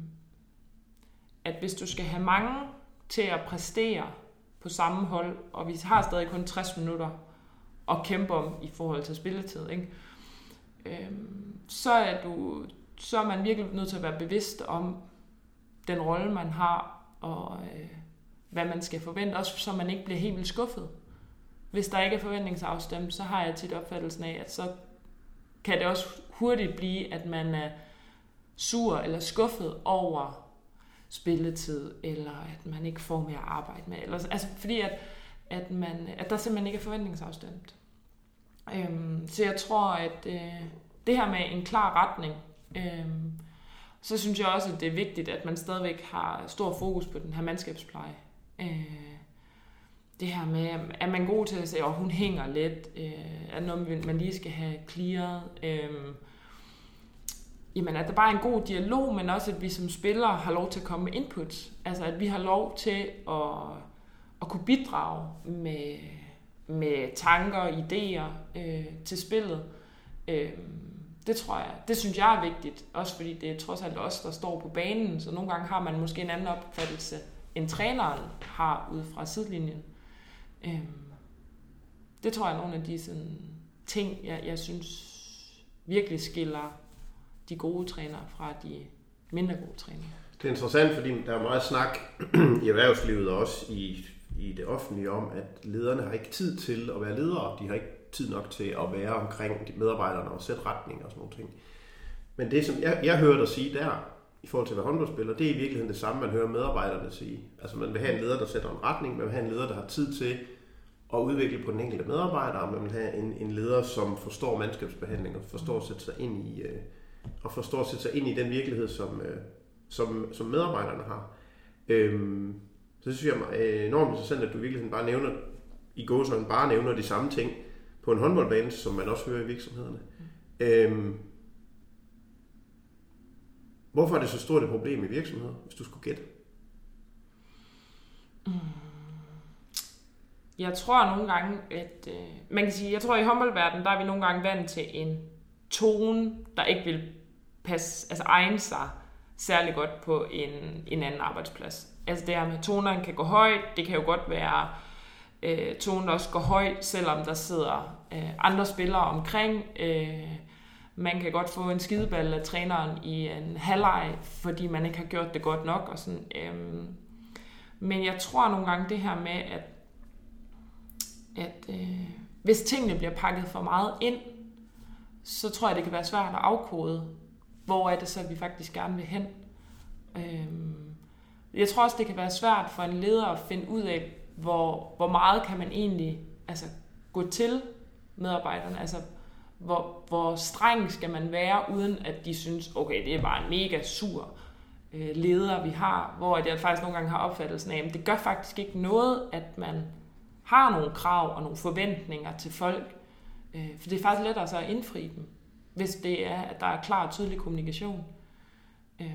at hvis du skal have mange til at præstere på samme hold, og vi har stadig kun tres minutter at kæmpe om i forhold til spilletid, ikke? Øh, så er du... så er man virkelig nødt til at være bevidst om den rolle, man har, og øh, hvad man skal forvente, også så man ikke bliver helt vildt skuffet. Hvis der ikke er forventningsafstemt, så har jeg tit opfattelsen af, at så kan det også hurtigt blive, at man er sur eller skuffet over spilletid, eller at man ikke får mere arbejde med. Eller, altså fordi, at, at, man, at der simpelthen ikke er forventningsafstemt. Øhm, så jeg tror, at øh, det her med en klar retning, Øhm, så synes jeg også, at det er vigtigt, at man stadigvæk har stor fokus på den her mandskabspleje. Øh, det her med, er man god til at sige, at hun hænger lidt, øh, er noget, man lige skal have clearet. Øh, jamen, at der bare er en god dialog, men også, at vi som spillere har lov til at komme med input. Altså, at vi har lov til at, at kunne bidrage med, med tanker og idéer øh, til spillet. Øh, Det tror jeg, det synes jeg er vigtigt, også fordi det er trods alt os, der står på banen, så nogle gange har man måske en anden opfattelse end træneren har ude fra sidelinjen. Øhm, det tror jeg er nogle af de sådan, ting, jeg, jeg synes virkelig skiller de gode trænere fra de mindre gode trænere. Det er interessant, fordi der er meget snak i erhvervslivet og også i, i det offentlige om, at lederne har ikke tid til at være ledere. De har ikke tid nok til at være omkring de medarbejderne og sætte retning og sådan nogle ting. Men det, som jeg, jeg hører dig sige der, i forhold til at være håndboldspiller, det er i virkeligheden det samme, man hører medarbejderne sige. Altså man vil have en leder, der sætter en retning, man vil have en leder, der har tid til at udvikle på den enkelte medarbejder, og man vil have en, en leder, som forstår mandskabsbehandling og forstår at sætte sig ind i, øh, og forstår at sætte sig ind i den virkelighed, som, øh, som, som medarbejderne har. Øhm, så det synes jeg er enormt interessant, at du i virkeligheden bare nævner, i gåsøjne bare nævner de samme ting på en håndboldbane, som man også hører i virksomhederne. Mm. Øhm, hvorfor er det så stort et problem i virksomheder, hvis du skulle gætte? Mm. Jeg tror nogle gange, at øh, man kan sige, jeg tror i håndboldverdenen, der er vi nogle gange vant til en tone, der ikke vil passe, altså egne sig særlig godt på en, en anden arbejdsplads. Altså det her med, tonerne kan gå højt, det kan jo godt være øh, tonen, der også går højt, selvom der sidder øh, andre spillere omkring. Øh, man kan godt få en skideball af træneren i en halvleg, fordi man ikke har gjort det godt nok. Og sådan, øh, men jeg tror nogle gange det her med, at at øh, hvis tingene bliver pakket for meget ind, så tror jeg, det kan være svært at afkode, hvor er det så, vi faktisk gerne vil hen. Øh, jeg tror også, det kan være svært for en leder at finde ud af, hvor, hvor meget kan man egentlig altså, gå til medarbejderne. Altså, hvor, hvor streng skal man være, uden at de synes, okay, det er bare en mega sur øh, leder, vi har. Hvor jeg faktisk nogle gange har opfattelsen af, at det gør faktisk ikke noget, at man har nogle krav og nogle forventninger til folk. Øh, for det er faktisk lettere så at indfri dem, hvis det er, at der er klar og tydelig kommunikation. Øh,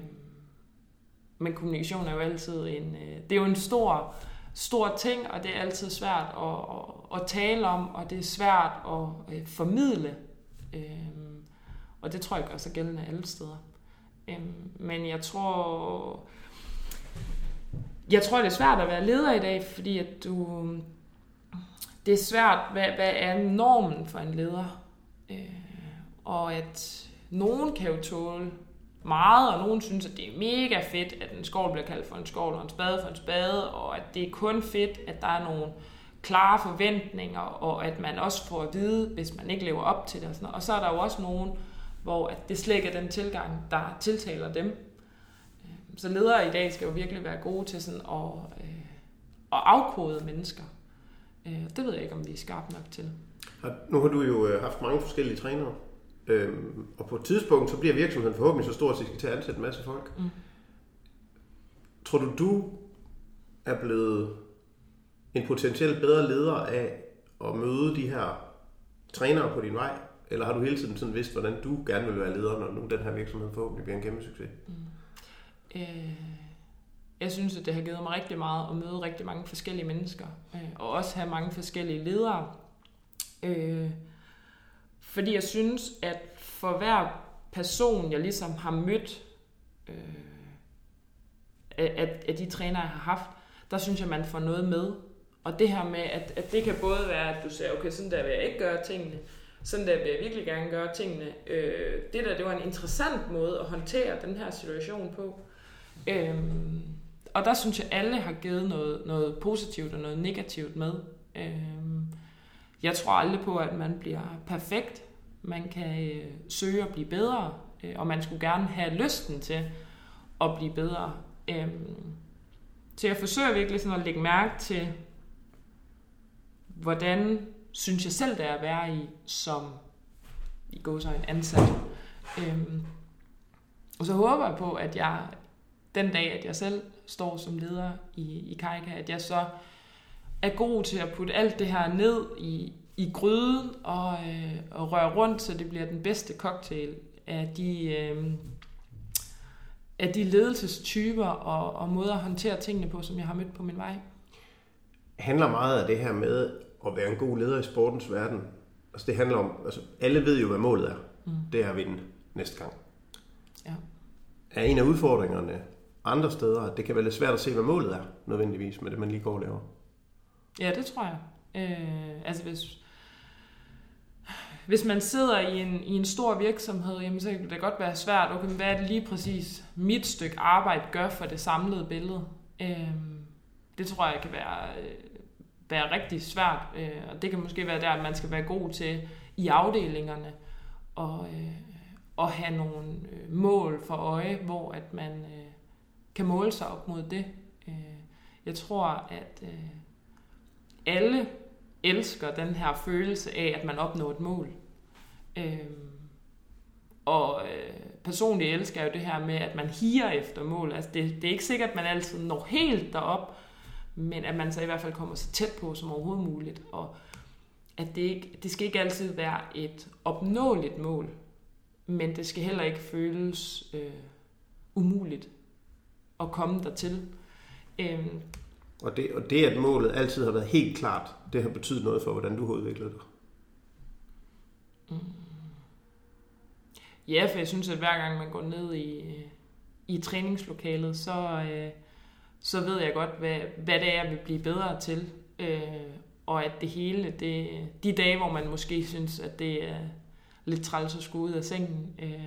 men kommunikation er jo altid en, øh, det er jo en stor, stor ting, og det er altid svært at, at, at tale om, og det er svært at øh, formidle. Øh, og det tror jeg gør sig gældende alle steder. Øh, men jeg tror, jeg tror, det er svært at være leder i dag, fordi at du, det er svært, hvad, hvad er normen for en leder? Øh, og at nogen kan jo tåle meget, og nogen synes, at det er mega fedt, at en skovl bliver kaldt for en skovl, og en spade for en spade, og at det er kun fedt, at der er nogle klare forventninger, og at man også får at vide, hvis man ikke lever op til det. Og, sådan noget. Og så er der jo også nogen, hvor at det slet ikke er den tilgang, der tiltaler dem. Så ledere i dag skal jo virkelig være gode til sådan at, øh, at afkode mennesker. Øh, det ved jeg ikke, om vi er skarpe nok til. Nu har du jo haft mange forskellige trænere, øhm, og på et tidspunkt, så bliver virksomheden forhåbentlig så stor, at de skal til at ansætte en masse folk. Mm. Tror du, du er blevet en potentielt bedre leder af at møde de her trænere på din vej? Eller har du hele tiden sådan vidst, hvordan du gerne vil være leder, når nu den her virksomhed forhåbentlig bliver en kæmpe succes? Mm. Øh, jeg synes, at det har givet mig rigtig meget at møde rigtig mange forskellige mennesker, øh, og også have mange forskellige ledere. Øh, fordi jeg synes, at for hver person, jeg ligesom har mødt øh, af, af de trænere, jeg har haft, der synes jeg, man får noget med. Og det her med, at, at det kan både være, at du siger, okay, sådan der vil jeg ikke gøre tingene, sådan der vil jeg virkelig gerne gøre tingene. Øh, det der, det var en interessant måde at håndtere den her situation på. Øhm, og der synes jeg, alle har givet noget, noget positivt og noget negativt med. Øhm, jeg tror aldrig på, at man bliver perfekt. Man kan øh, søge at blive bedre, øh, og man skulle gerne have lysten til at blive bedre. Øhm, så jeg forsøger virkelig sådan at lægge mærke til, hvordan synes jeg selv, det er at være i, som i går så en ansat. Øhm, og så håber jeg på, at jeg den dag, at jeg selv står som leder i, i Kajka, at jeg så er god til at putte alt det her ned i, i gryden og, øh, og røre rundt, så det bliver den bedste cocktail af de, øh, af de ledelsestyper og, og måder at håndtere tingene på, som jeg har mødt på min vej. Handler meget af det her med at være en god leder i sportens verden. Altså det handler om, altså alle ved jo, hvad målet er. Mm. Det er at vinde næste gang. Ja. Er en af udfordringerne andre steder, at det kan være lidt svært at se, hvad målet er, nødvendigvis, med det, man lige går og laver. Ja, det tror jeg. Øh, altså hvis, hvis man sidder i en, i en stor virksomhed, jamen, så kan det godt være svært. Okay, hvad er det lige præcis mit stykke arbejde gør for det samlede billede? Øh, det tror jeg kan være, være rigtig svært, øh, og det kan måske være der, at man skal være god til i afdelingerne og, øh, og have nogle øh, mål for øje, hvor at man øh, kan måle sig op mod det. Øh, jeg tror, at øh, alle elsker den her følelse af, at man opnår et mål. Øhm, og øh, personligt elsker jeg jo det her med, at man higer efter mål. Altså det, det er ikke sikkert, at man altid når helt derop, men at man så i hvert fald kommer så tæt på som overhovedet muligt. Og at det, ikke, det skal ikke altid være et opnåeligt mål, men det skal heller ikke føles øh, umuligt at komme dertil. Øhm, Og det, og det, at målet altid har været helt klart, det har betydet noget for, hvordan du har udviklet dig. Mm. Ja, for jeg synes, at hver gang man går ned i, i træningslokalet, så, øh, så ved jeg godt, hvad, hvad det er, jeg vil blive bedre til. Øh, og at det hele, det, de dage, hvor man måske synes, at det er lidt træls at skulle ud af sengen, øh,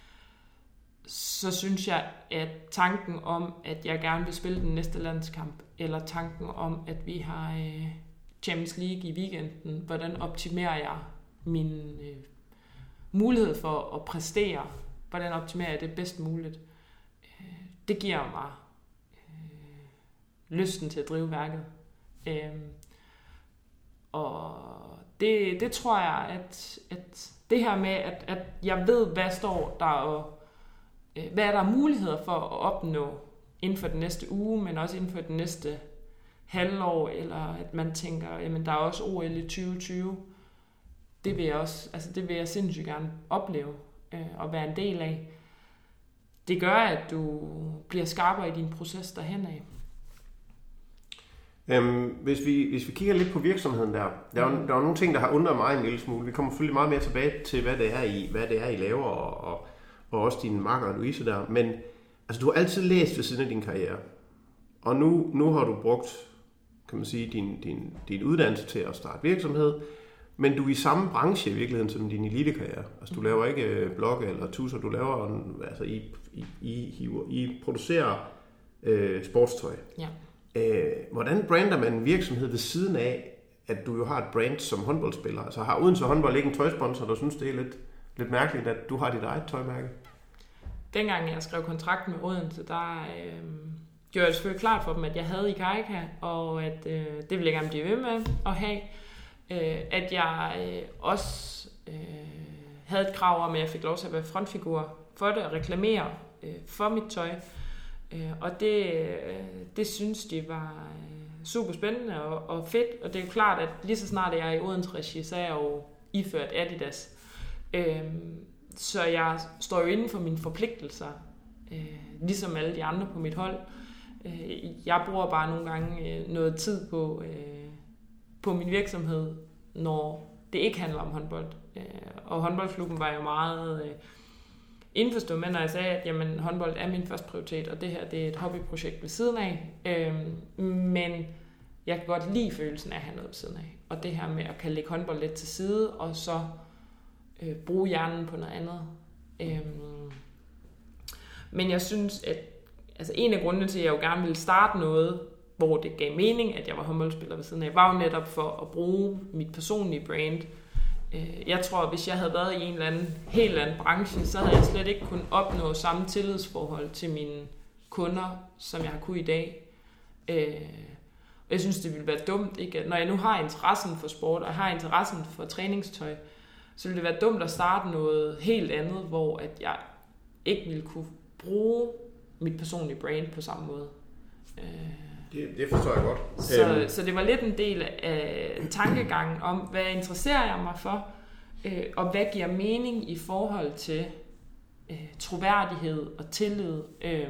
så synes jeg, at tanken om, at jeg gerne vil spille den næste landskamp, eller tanken om, at vi har øh, Champions League i weekenden, hvordan optimerer jeg min øh, mulighed for at præstere, hvordan optimerer jeg det bedst muligt, øh, det giver mig øh, lysten til at drive værket. Øh, og det, det tror jeg, at, at det her med, at, at jeg ved, hvad står der og hvad er der muligheder for at opnå inden for den næste uge, men også inden for den næste halvår, eller at man tænker, jamen der er også O L i tyve tyve. Det vil jeg også, altså det vil jeg sindssygt gerne opleve øh, og være en del af. Det gør, at du bliver skarpere i din proces derhen af. Øhm, hvis, vi, hvis vi kigger lidt på virksomheden der, der er, mm. der er nogle ting, der har undret mig en lille smule. Vi kommer selvfølgelig meget mere tilbage til, hvad det er, I, hvad det er, I laver, og, og og også din makker Louise der, men altså, du har altid læst ved siden af din karriere, og nu, nu har du brugt, kan man sige, din, din, din uddannelse til at starte virksomhed, men du er i samme branche i virkeligheden som din elitekarriere. Altså, du laver ikke blogge eller tusser, du laver, en, altså, I, I, I, I producerer øh, sportstøj. Ja. Øh, hvordan brander man en virksomhed ved siden af, at du jo har et brand som håndboldspiller? Altså, har Odense Håndbold ikke en tøjsponsor, der synes, det er lidt... lidt mærkeligt, at du har dit eget tøjmærke? Dengang jeg skrev kontrakt med Odense, der øh, gjorde jeg selvfølgelig klart for dem, at jeg havde Ikaika, og at øh, det ville jeg gerne blive ved med at have. Øh, at jeg øh, også øh, havde et krav om, at jeg fik lov til at være frontfigur for det og reklamere øh, for mit tøj. Øh, og det, øh, det synes de var øh, super spændende og, og fedt. Og det er jo klart, at lige så snart jeg er i Odense regi, så er jeg jo iført Adidas. Øhm, så jeg står jo inden for mine forpligtelser, øh, ligesom alle de andre på mit hold. Øh, jeg bruger bare nogle gange øh, noget tid på, øh, på min virksomhed, når det ikke handler om håndbold. Øh, og håndboldklubben var jo meget øh, indforstået med, når jeg sagde, at jamen, håndbold er min første prioritet, og det her det er et hobbyprojekt ved siden af. Øh, men jeg kan godt lide følelsen af at have noget ved siden af. Og det her med at kan lægge håndbold lidt til side, og så Øh, bruge hjernen på noget andet. Øhm, men jeg synes, at altså en af grundene til, at jeg jo gerne ville starte noget, hvor det gav mening, at jeg var håndboldspiller ved siden af, var jo netop for at bruge mit personlige brand. Øh, jeg tror, at hvis jeg havde været i en eller anden helt anden branche, så havde jeg slet ikke kunnet opnå samme tillidsforhold til mine kunder, som jeg har kunnet i dag. Øh, og jeg synes, det ville være dumt, ikke? Når jeg nu har interessen for sport, og jeg har interessen for træningstøj, så ville det være dumt at starte noget helt andet, hvor at jeg ikke ville kunne bruge mit personlige brand på samme måde. Det, det forstår jeg godt. Så, øhm. så det var lidt en del af tankegangen om, hvad interesserer jeg mig for, øh, og hvad giver mening i forhold til øh, troværdighed og tillid. Øh,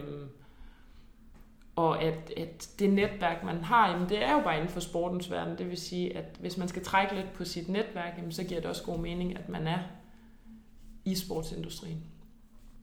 og at, at det netværk, man har, jamen det er jo bare inden for sportens verden. Det vil sige, at hvis man skal trække lidt på sit netværk, jamen så giver det også god mening, at man er i sportsindustrien.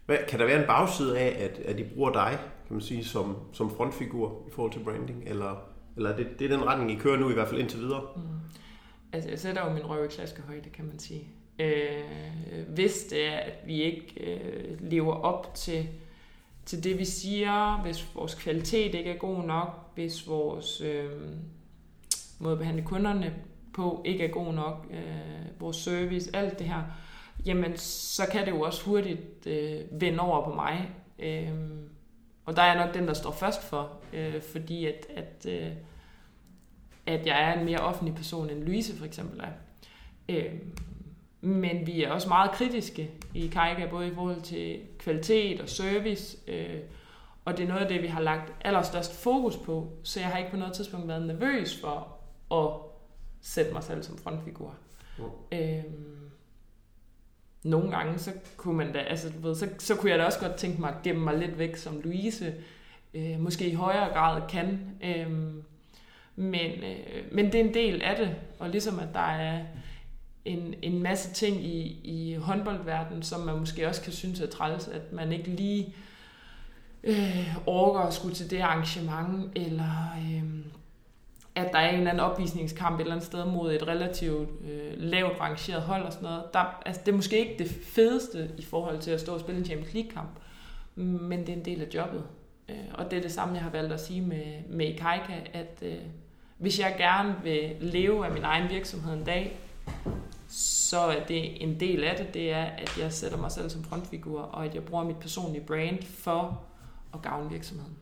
Hvad, kan der være en bagside af, at, at de bruger dig, kan man sige, som, som frontfigur i forhold til branding? Eller, eller det, det er den retning, I kører nu, i hvert fald indtil videre? Mm. Altså, jeg sætter jo min røv i klaskehøjde, kan man sige. Øh, hvis det er, at vi ikke øh, lever op til, til det, vi siger, hvis vores kvalitet ikke er god nok, hvis vores øh, måde at behandle kunderne på ikke er god nok, øh, vores service, alt det her, jamen så kan det jo også hurtigt øh, vende over på mig. Øh, og der er jeg nok den, der står først for, øh, fordi at, at, øh, at jeg er en mere offentlig person, end Louise for eksempel er. Øh, men vi er også meget kritiske i Kaika, både i forhold til kvalitet og service, øh, og det er noget af det, vi har lagt allerstørst fokus på, så jeg har ikke på noget tidspunkt været nervøs for at sætte mig selv som frontfigur. Mm. Øh, Nogle gange, så kunne man da, altså, du ved, så, så kunne jeg da også godt tænke mig at gemme mig lidt væk, som Louise øh, måske i højere grad kan. Øh, men, øh, men det er en del af det, og ligesom at der er en, en masse ting i, i håndboldverdenen, som man måske også kan synes er træls, at man ikke lige øh, orker at skulle til det arrangement, eller øh, at der er en eller anden opvisningskamp et eller andet sted mod et relativt øh, lavt rangeret hold og sådan noget. Der, altså, det er måske ikke det fedeste i forhold til at stå og spille en Champions League-kamp, men det er en del af jobbet. Øh, og det er det samme, jeg har valgt at sige med, med Ikaika, at øh, hvis jeg gerne vil leve af min egen virksomhed en dag, så er det en del af det, det er, at jeg sætter mig selv som frontfigur, og at jeg bruger mit personlige brand for at gavne virksomheden.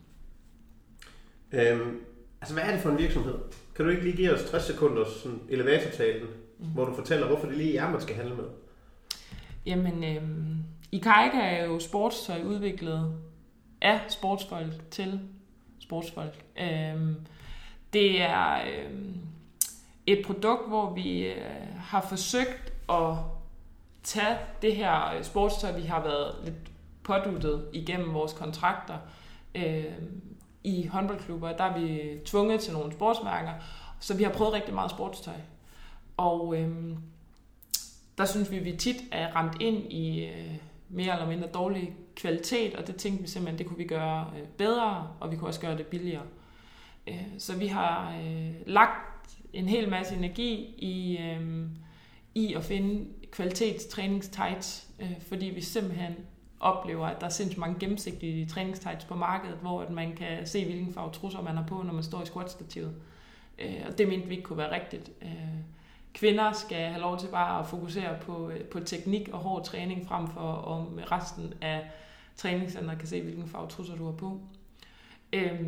Øhm, altså, hvad er det for en virksomhed? Kan du ikke lige give os tres sekunder sådan elevatortalen, mm. hvor du fortæller, hvorfor det lige er, man skal handle med? Jamen, øhm, Ikaika er jo sportstøj udviklet af sportsfolk til sportsfolk. Øhm, det er øhm, et produkt, hvor vi øh, har forsøgt at tage det her sportstøj, vi har været lidt påduttet igennem vores kontrakter øh, i håndboldklubber. Der er vi tvunget til nogle sportsmærker, så vi har prøvet rigtig meget sportstøj. Og øh, der synes vi, at vi tit er ramt ind i øh, mere eller mindre dårlig kvalitet, og det tænkte vi simpelthen, det kunne vi gøre øh, bedre, og vi kunne også gøre det billigere. Øh, så vi har øh, lagt en hel masse energi i, øh, i at finde kvalitetstræningstights, øh, fordi vi simpelthen oplever, at der er sindssygt mange gennemsigtige træningstights på markedet, hvor at man kan se, hvilken farve trusser man har på, når man står i squatstativet. Øh, og det mente vi ikke kunne være rigtigt. Øh, kvinder skal have lov til bare at fokusere på, på teknik og hård træning, frem for om resten af træningscenteret kan se, hvilken farve trusser du har på. Øh,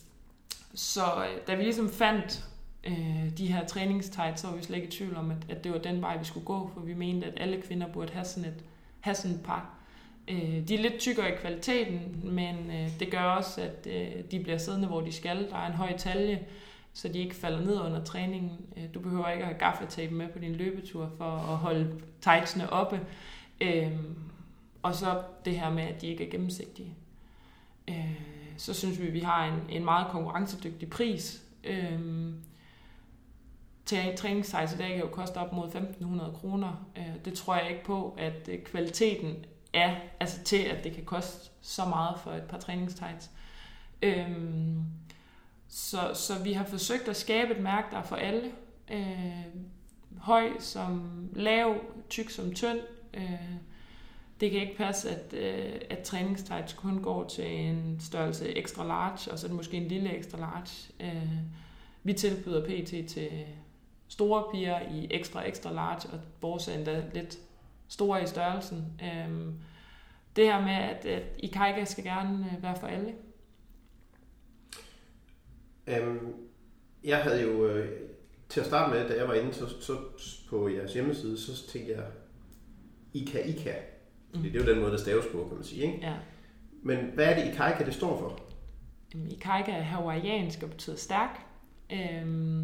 så da vi ligesom fandt øh, de her træningstights, så var vi slet ikke i tvivl om, at, at det var den vej, vi skulle gå, for vi mente, at alle kvinder burde have sådan et, have sådan et par. Øh, de er lidt tykkere i kvaliteten, men øh, det gør også, at øh, de bliver siddende, hvor de skal. Der er en høj talje, så de ikke falder ned under træningen. Øh, du behøver ikke at have gaffatape med på din løbetur for at holde tightsene oppe. Øh, og så det her med, at de ikke er gennemsigtige. Øh, så synes vi, at vi har en, en meget konkurrencedygtig pris. Øh, Træningstights i dag kan jo koste op mod femten hundrede kroner. Øh, det tror jeg ikke på, at øh, kvaliteten er altså til, at det kan koste så meget for et par træningstights. Øhm, så, så vi har forsøgt at skabe et mærke, der er for alle. Øh, høj som lav, tyk som tynd. Øh, det kan ikke passe, at, øh, at træningstights kun går til en størrelse extra large, og så er det måske en lille extra large. Øh, vi tilbyder P T til store piger i extra extra large, og vores er endda lidt store i størrelsen. Øhm, det her med, at, at Ikaika skal gerne være for alle. Øhm, jeg havde jo, øh, til at starte med, da jeg var inde så, så på jeres hjemmeside, så tænkte jeg, Ika Ika. Mm. Det er jo den måde, der staves på, kan man sige, ikke? Ja. Men hvad er det, Ikaika det står for? Ikaika er hawaiiansk og betyder stærk. Øhm,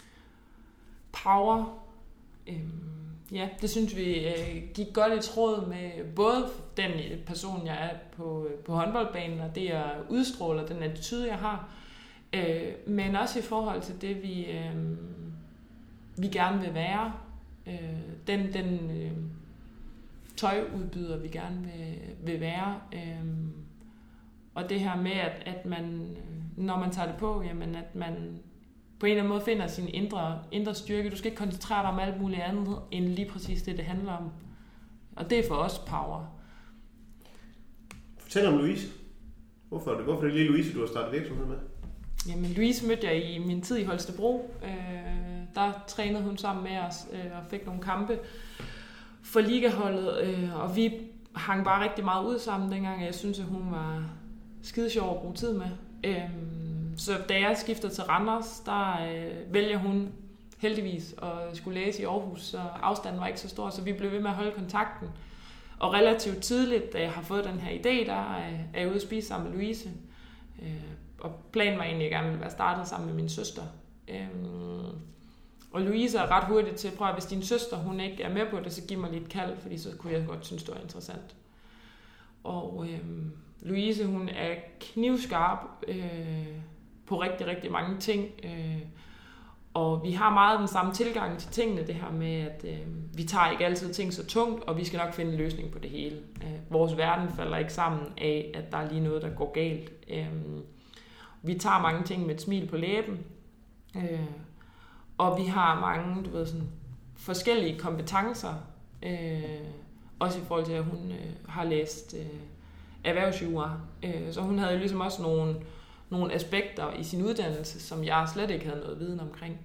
power. Øhm, Ja, det synes vi øh, gik godt i tråd med både den person, jeg er på, på håndboldbanen, og det jeg udstråler, den attitude, jeg har, øh, men også i forhold til det, vi, øh, vi gerne vil være. Øh, den den øh, tøjudbyder, vi gerne vil, vil være. Øhm, og det her med, at, at man, når man tager det på, jamen at man på en eller anden måde finder sin indre, indre styrke. Du skal ikke koncentrere dig om alt muligt andet, end lige præcis det, det handler om. Og det er for os power. Fortæl om Louise. Hvorfor er det, hvorfor er det lige Louise, du har startet virksomhed med? Jamen, Louise mødte jeg i min tid i Holstebro. Øh, der trænede hun sammen med os øh, og fik nogle kampe for ligaholdet. Øh, og vi hang bare rigtig meget ud sammen dengang. Jeg synes, at hun var skide sjov at bruge tid med. Øh, så da jeg skiftede til Randers, der øh, vælger hun heldigvis at skulle læse i Aarhus, så afstanden var ikke så stor, så vi blev ved med at holde kontakten. Og relativt tidligt, da jeg har fået den her idé, der er jeg ude at spise sammen med Louise. Og planen var egentlig, at jeg gerne ville være startet sammen med min søster. Og Louise er ret hurtigt til at prøve, hvis din søster hun ikke er med på det, så giv mig lige et kald, fordi så kunne jeg godt synes, det var interessant. Og øhm, Louise, hun er knivskarp øh, på rigtig, rigtig mange ting. Øh, Og vi har meget den samme tilgang til tingene, det her med, at øh, vi tager ikke altid ting så tungt, og vi skal nok finde en løsning på det hele. Øh, vores verden falder ikke sammen af, at der er lige noget, der går galt. Øh, vi tager mange ting med et smil på læben, øh, og vi har mange, du ved, sådan, forskellige kompetencer, øh, også i forhold til, at hun øh, har læst øh, erhvervsjura. Øh, så hun havde jo ligesom også nogle nogle aspekter i sin uddannelse, som jeg slet ikke havde noget viden omkring.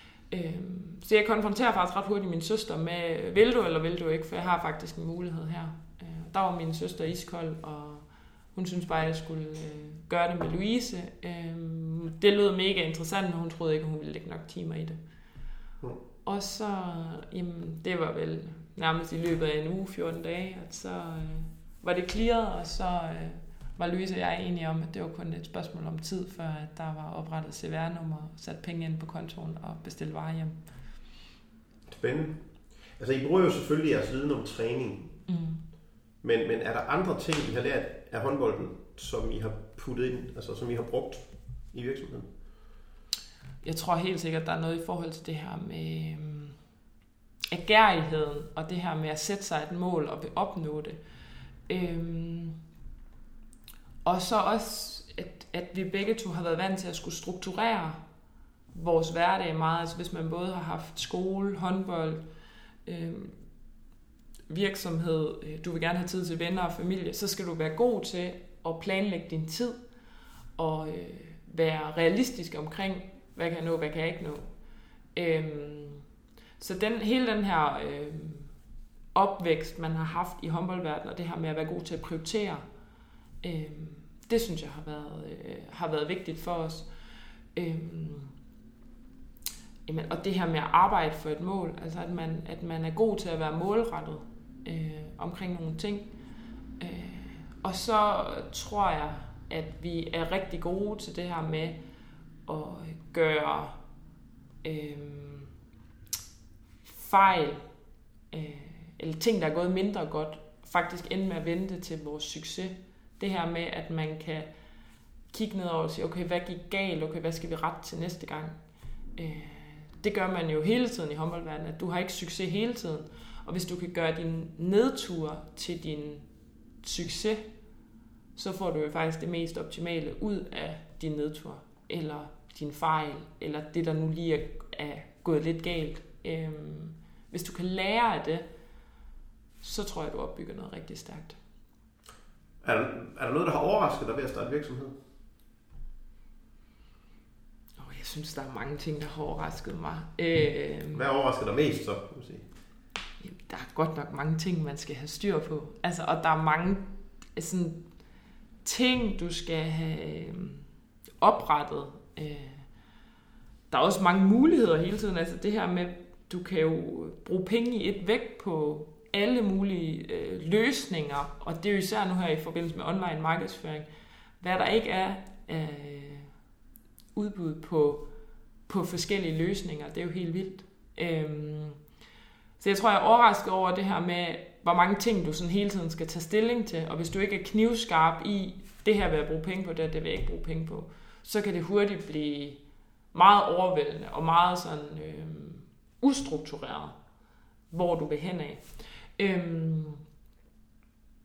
Så jeg konfronterer faktisk ret hurtigt min søster med, vil du eller vil du ikke, for jeg har faktisk en mulighed her. Der var min søster iskold, og hun synes bare, at jeg skulle gøre det med Louise. Det lød mega interessant, men hun troede ikke, at hun ville lægge nok timer i det. Mm. Og så, jamen, det var vel nærmest i løbet af en uge, fjorten dage, at så var det clearet, og så var Louise og jeg enige om, at det var kun et spørgsmål om tid, før at der var oprettet C V R-nummer, sat penge ind på kontoen og bestilt varer hjem. Spændende. Altså, I bruger jo selvfølgelig jeres viden om træning. Mm. Men, men er der andre ting, I har lært af håndbolden, som I har puttet ind, altså som I har brugt i virksomheden? Jeg tror helt sikkert, at der er noget i forhold til det her med um, agerigheden, og det her med at sætte sig et mål og vil opnå det. Um, Og så også, at, at vi begge to har været vant til at skulle strukturere vores hverdag meget. Altså hvis man både har haft skole, håndbold, øh, virksomhed, øh, du vil gerne have tid til venner og familie, så skal du være god til at planlægge din tid og øh, være realistisk omkring, hvad kan jeg nå, hvad kan jeg ikke nå. Øh, så den, hele den her øh, opvækst, man har haft i håndboldverdenen, og det her med at være god til at prioritere, øh, det synes jeg har været, øh, har været vigtigt for os. Øhm, jamen, og det her med at arbejde for et mål, altså at man, at man er god til at være målrettet øh, omkring nogle ting. Øh, og så tror jeg, at vi er rigtig gode til det her med at gøre øh, fejl, øh, eller ting, der er gået mindre godt, faktisk ende med at vente til vores succes. Det her med, at man kan kigge ned over og sige, okay, hvad gik galt? Okay, hvad skal vi rette til næste gang? Øh, det gør man jo hele tiden i håndboldverdenen, at du har ikke succes hele tiden. Og hvis du kan gøre din nedtur til din succes, så får du jo faktisk det mest optimale ud af din nedtur, eller din fejl, eller det, der nu lige er, er gået lidt galt. Øh, hvis du kan lære af det, så tror jeg, du opbygger noget rigtig stærkt. Er der, er der noget, der har overrasket dig ved at starte virksomhed? Oh, jeg synes, der er mange ting, der har overrasket mig. Øh, Hvad overrasker dig mest, så? Kan man sige? Jamen, der er godt nok mange ting, man skal have styr på. Altså, og der er mange sådan, ting, du skal have øh, oprettet. Øh, der er også mange muligheder hele tiden. Altså det her med, du kan jo bruge penge i et væk på alle mulige øh, løsninger, og det er jo især nu her i forbindelse med online markedsføring, hvad der ikke er øh, udbud på, på forskellige løsninger, det er jo helt vildt. Øhm, så jeg tror, jeg er overrasket over det her med, hvor mange ting du sådan hele tiden skal tage stilling til, og hvis du ikke er knivskarp i, det her vil jeg bruge penge på, det det vil jeg ikke bruge penge på, så kan det hurtigt blive meget overvældende og meget sådan øh, ustruktureret, hvor du vil hen af. Øhm,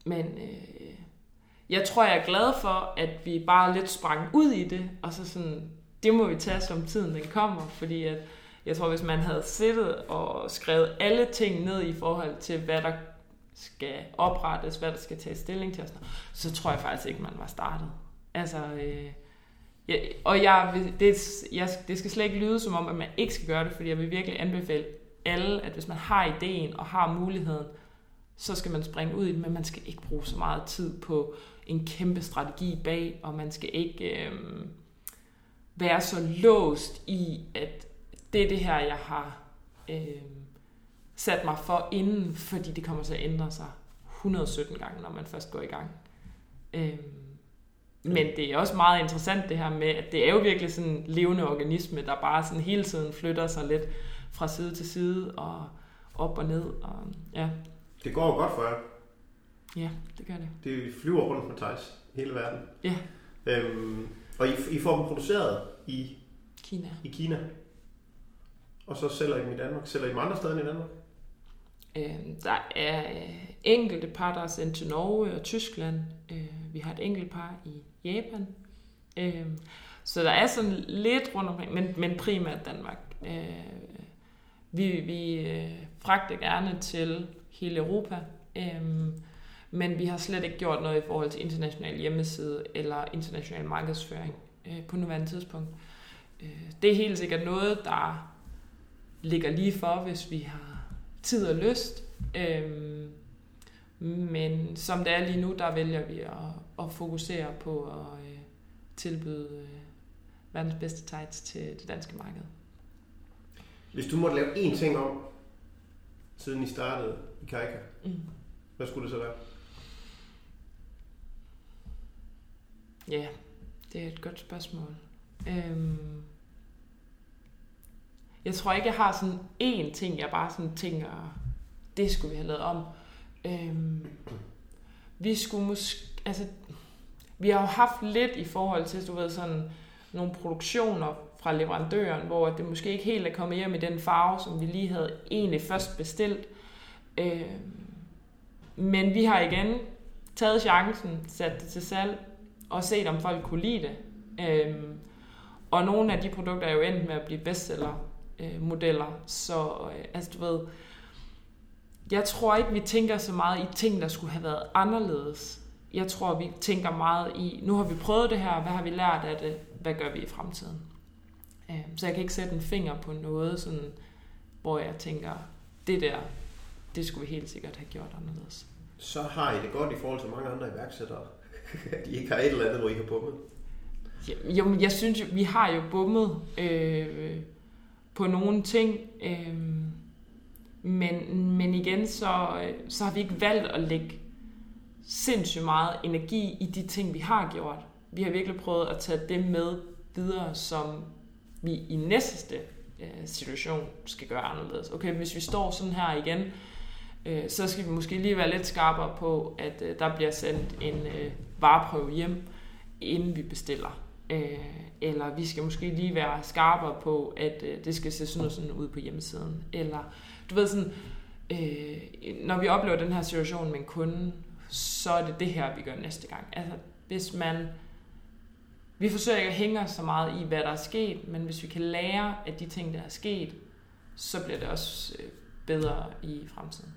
men øh, jeg tror, jeg er glad for, at vi bare lidt sprang ud i det, og så sådan, det må vi tage, som tiden den kommer, fordi at, jeg tror, hvis man havde siddet og skrevet alle ting ned i forhold til, hvad der skal oprettes, hvad der skal tages stilling til, så tror jeg faktisk ikke, man var startet. Altså, øh, ja, og jeg, det, jeg, det skal slet ikke lyde som om, at man ikke skal gøre det, fordi jeg vil virkelig anbefale alle, at hvis man har ideen og har muligheden, så skal man springe ud i det, men man skal ikke bruge så meget tid på en kæmpe strategi bag, og man skal ikke øh, være så låst i, at det er det her, jeg har øh, sat mig for inden, fordi det kommer til at ændre sig et hundrede og sytten gange, når man først går i gang. Øh, men det er også meget interessant det her med, at det er jo virkelig sådan en levende organisme, der bare sådan hele tiden flytter sig lidt fra side til side og op og ned. Og, ja. Det går jo godt for jer. Ja, det gør det. Det flyver rundt med Theis i hele verden. Ja. Øhm, og I, I får dem produceret i Kina. I Kina. Og så sælger I dem i Danmark. Sælger I dem andre steder end i Danmark? Øh, der er enkelte par, der er sendt til Norge og Tyskland. Øh, vi har et enkelt par i Japan. Øh, så der er sådan lidt rundt omkring, men, men primært Danmark. Øh, vi vi øh, fragter gerne til hele Europa, øh, men vi har slet ikke gjort noget i forhold til international hjemmeside eller international markedsføring øh, på nuværende tidspunkt. Øh, det er helt sikkert noget, der ligger lige for, hvis vi har tid og lyst. Øhm, men som det er lige nu, der vælger vi at, at fokusere på at øh, tilbyde øh, verdens bedste tights til det danske marked. Hvis du måtte lave én ting om, siden I startede i Kaika, mm. hvad skulle det så være? Ja, det er et godt spørgsmål. Øhm, Jeg tror ikke, jeg har sådan én ting, jeg bare sådan tænker, det skulle vi have lavet om. Øhm, vi skulle måske, altså, vi har jo haft lidt i forhold til, du ved, sådan nogle produktioner fra leverandøren, hvor det måske ikke helt er kommet hjem i den farve, som vi lige havde egentlig først bestilt. Øhm, men vi har igen taget chancen, sat det til salg, og set, om folk kunne lide det. Øhm, og nogle af de produkter er jo endt med at blive bestseller modeller, så øh, altså du ved, jeg tror ikke, vi tænker så meget i ting, der skulle have været anderledes. Jeg tror, vi tænker meget i, nu har vi prøvet det her, hvad har vi lært af det, hvad gør vi i fremtiden? Øh, så jeg kan ikke sætte en finger på noget, sådan, hvor jeg tænker, det der, det skulle vi helt sikkert have gjort anderledes. Så har I det godt i forhold til mange andre iværksættere, at I ikke har et eller andet, hvor I har bummet? Jo, jeg synes jo, vi har jo bummet øh, på nogle ting, øh, men, men igen, så, så har vi ikke valgt at lægge sindssygt meget energi i de ting, vi har gjort. Vi har virkelig prøvet at tage det med videre, som vi i næste øh, situation skal gøre anderledes. Okay, hvis vi står sådan her igen, øh, så skal vi måske lige være lidt skarpere på, at øh, der bliver sendt en øh, vareprøve hjem, inden vi bestiller. Øh, eller vi skal måske lige være skarpere på, at øh, det skal se sådan og sådan ud på hjemmesiden. Eller, du ved sådan, øh, når vi oplever den her situation med en kunde, så er det det her, vi gør næste gang. Altså, hvis man, vi forsøger ikke at hænge os så meget i, hvad der er sket, men hvis vi kan lære af de ting, der er sket, så bliver det også øh, bedre i fremtiden.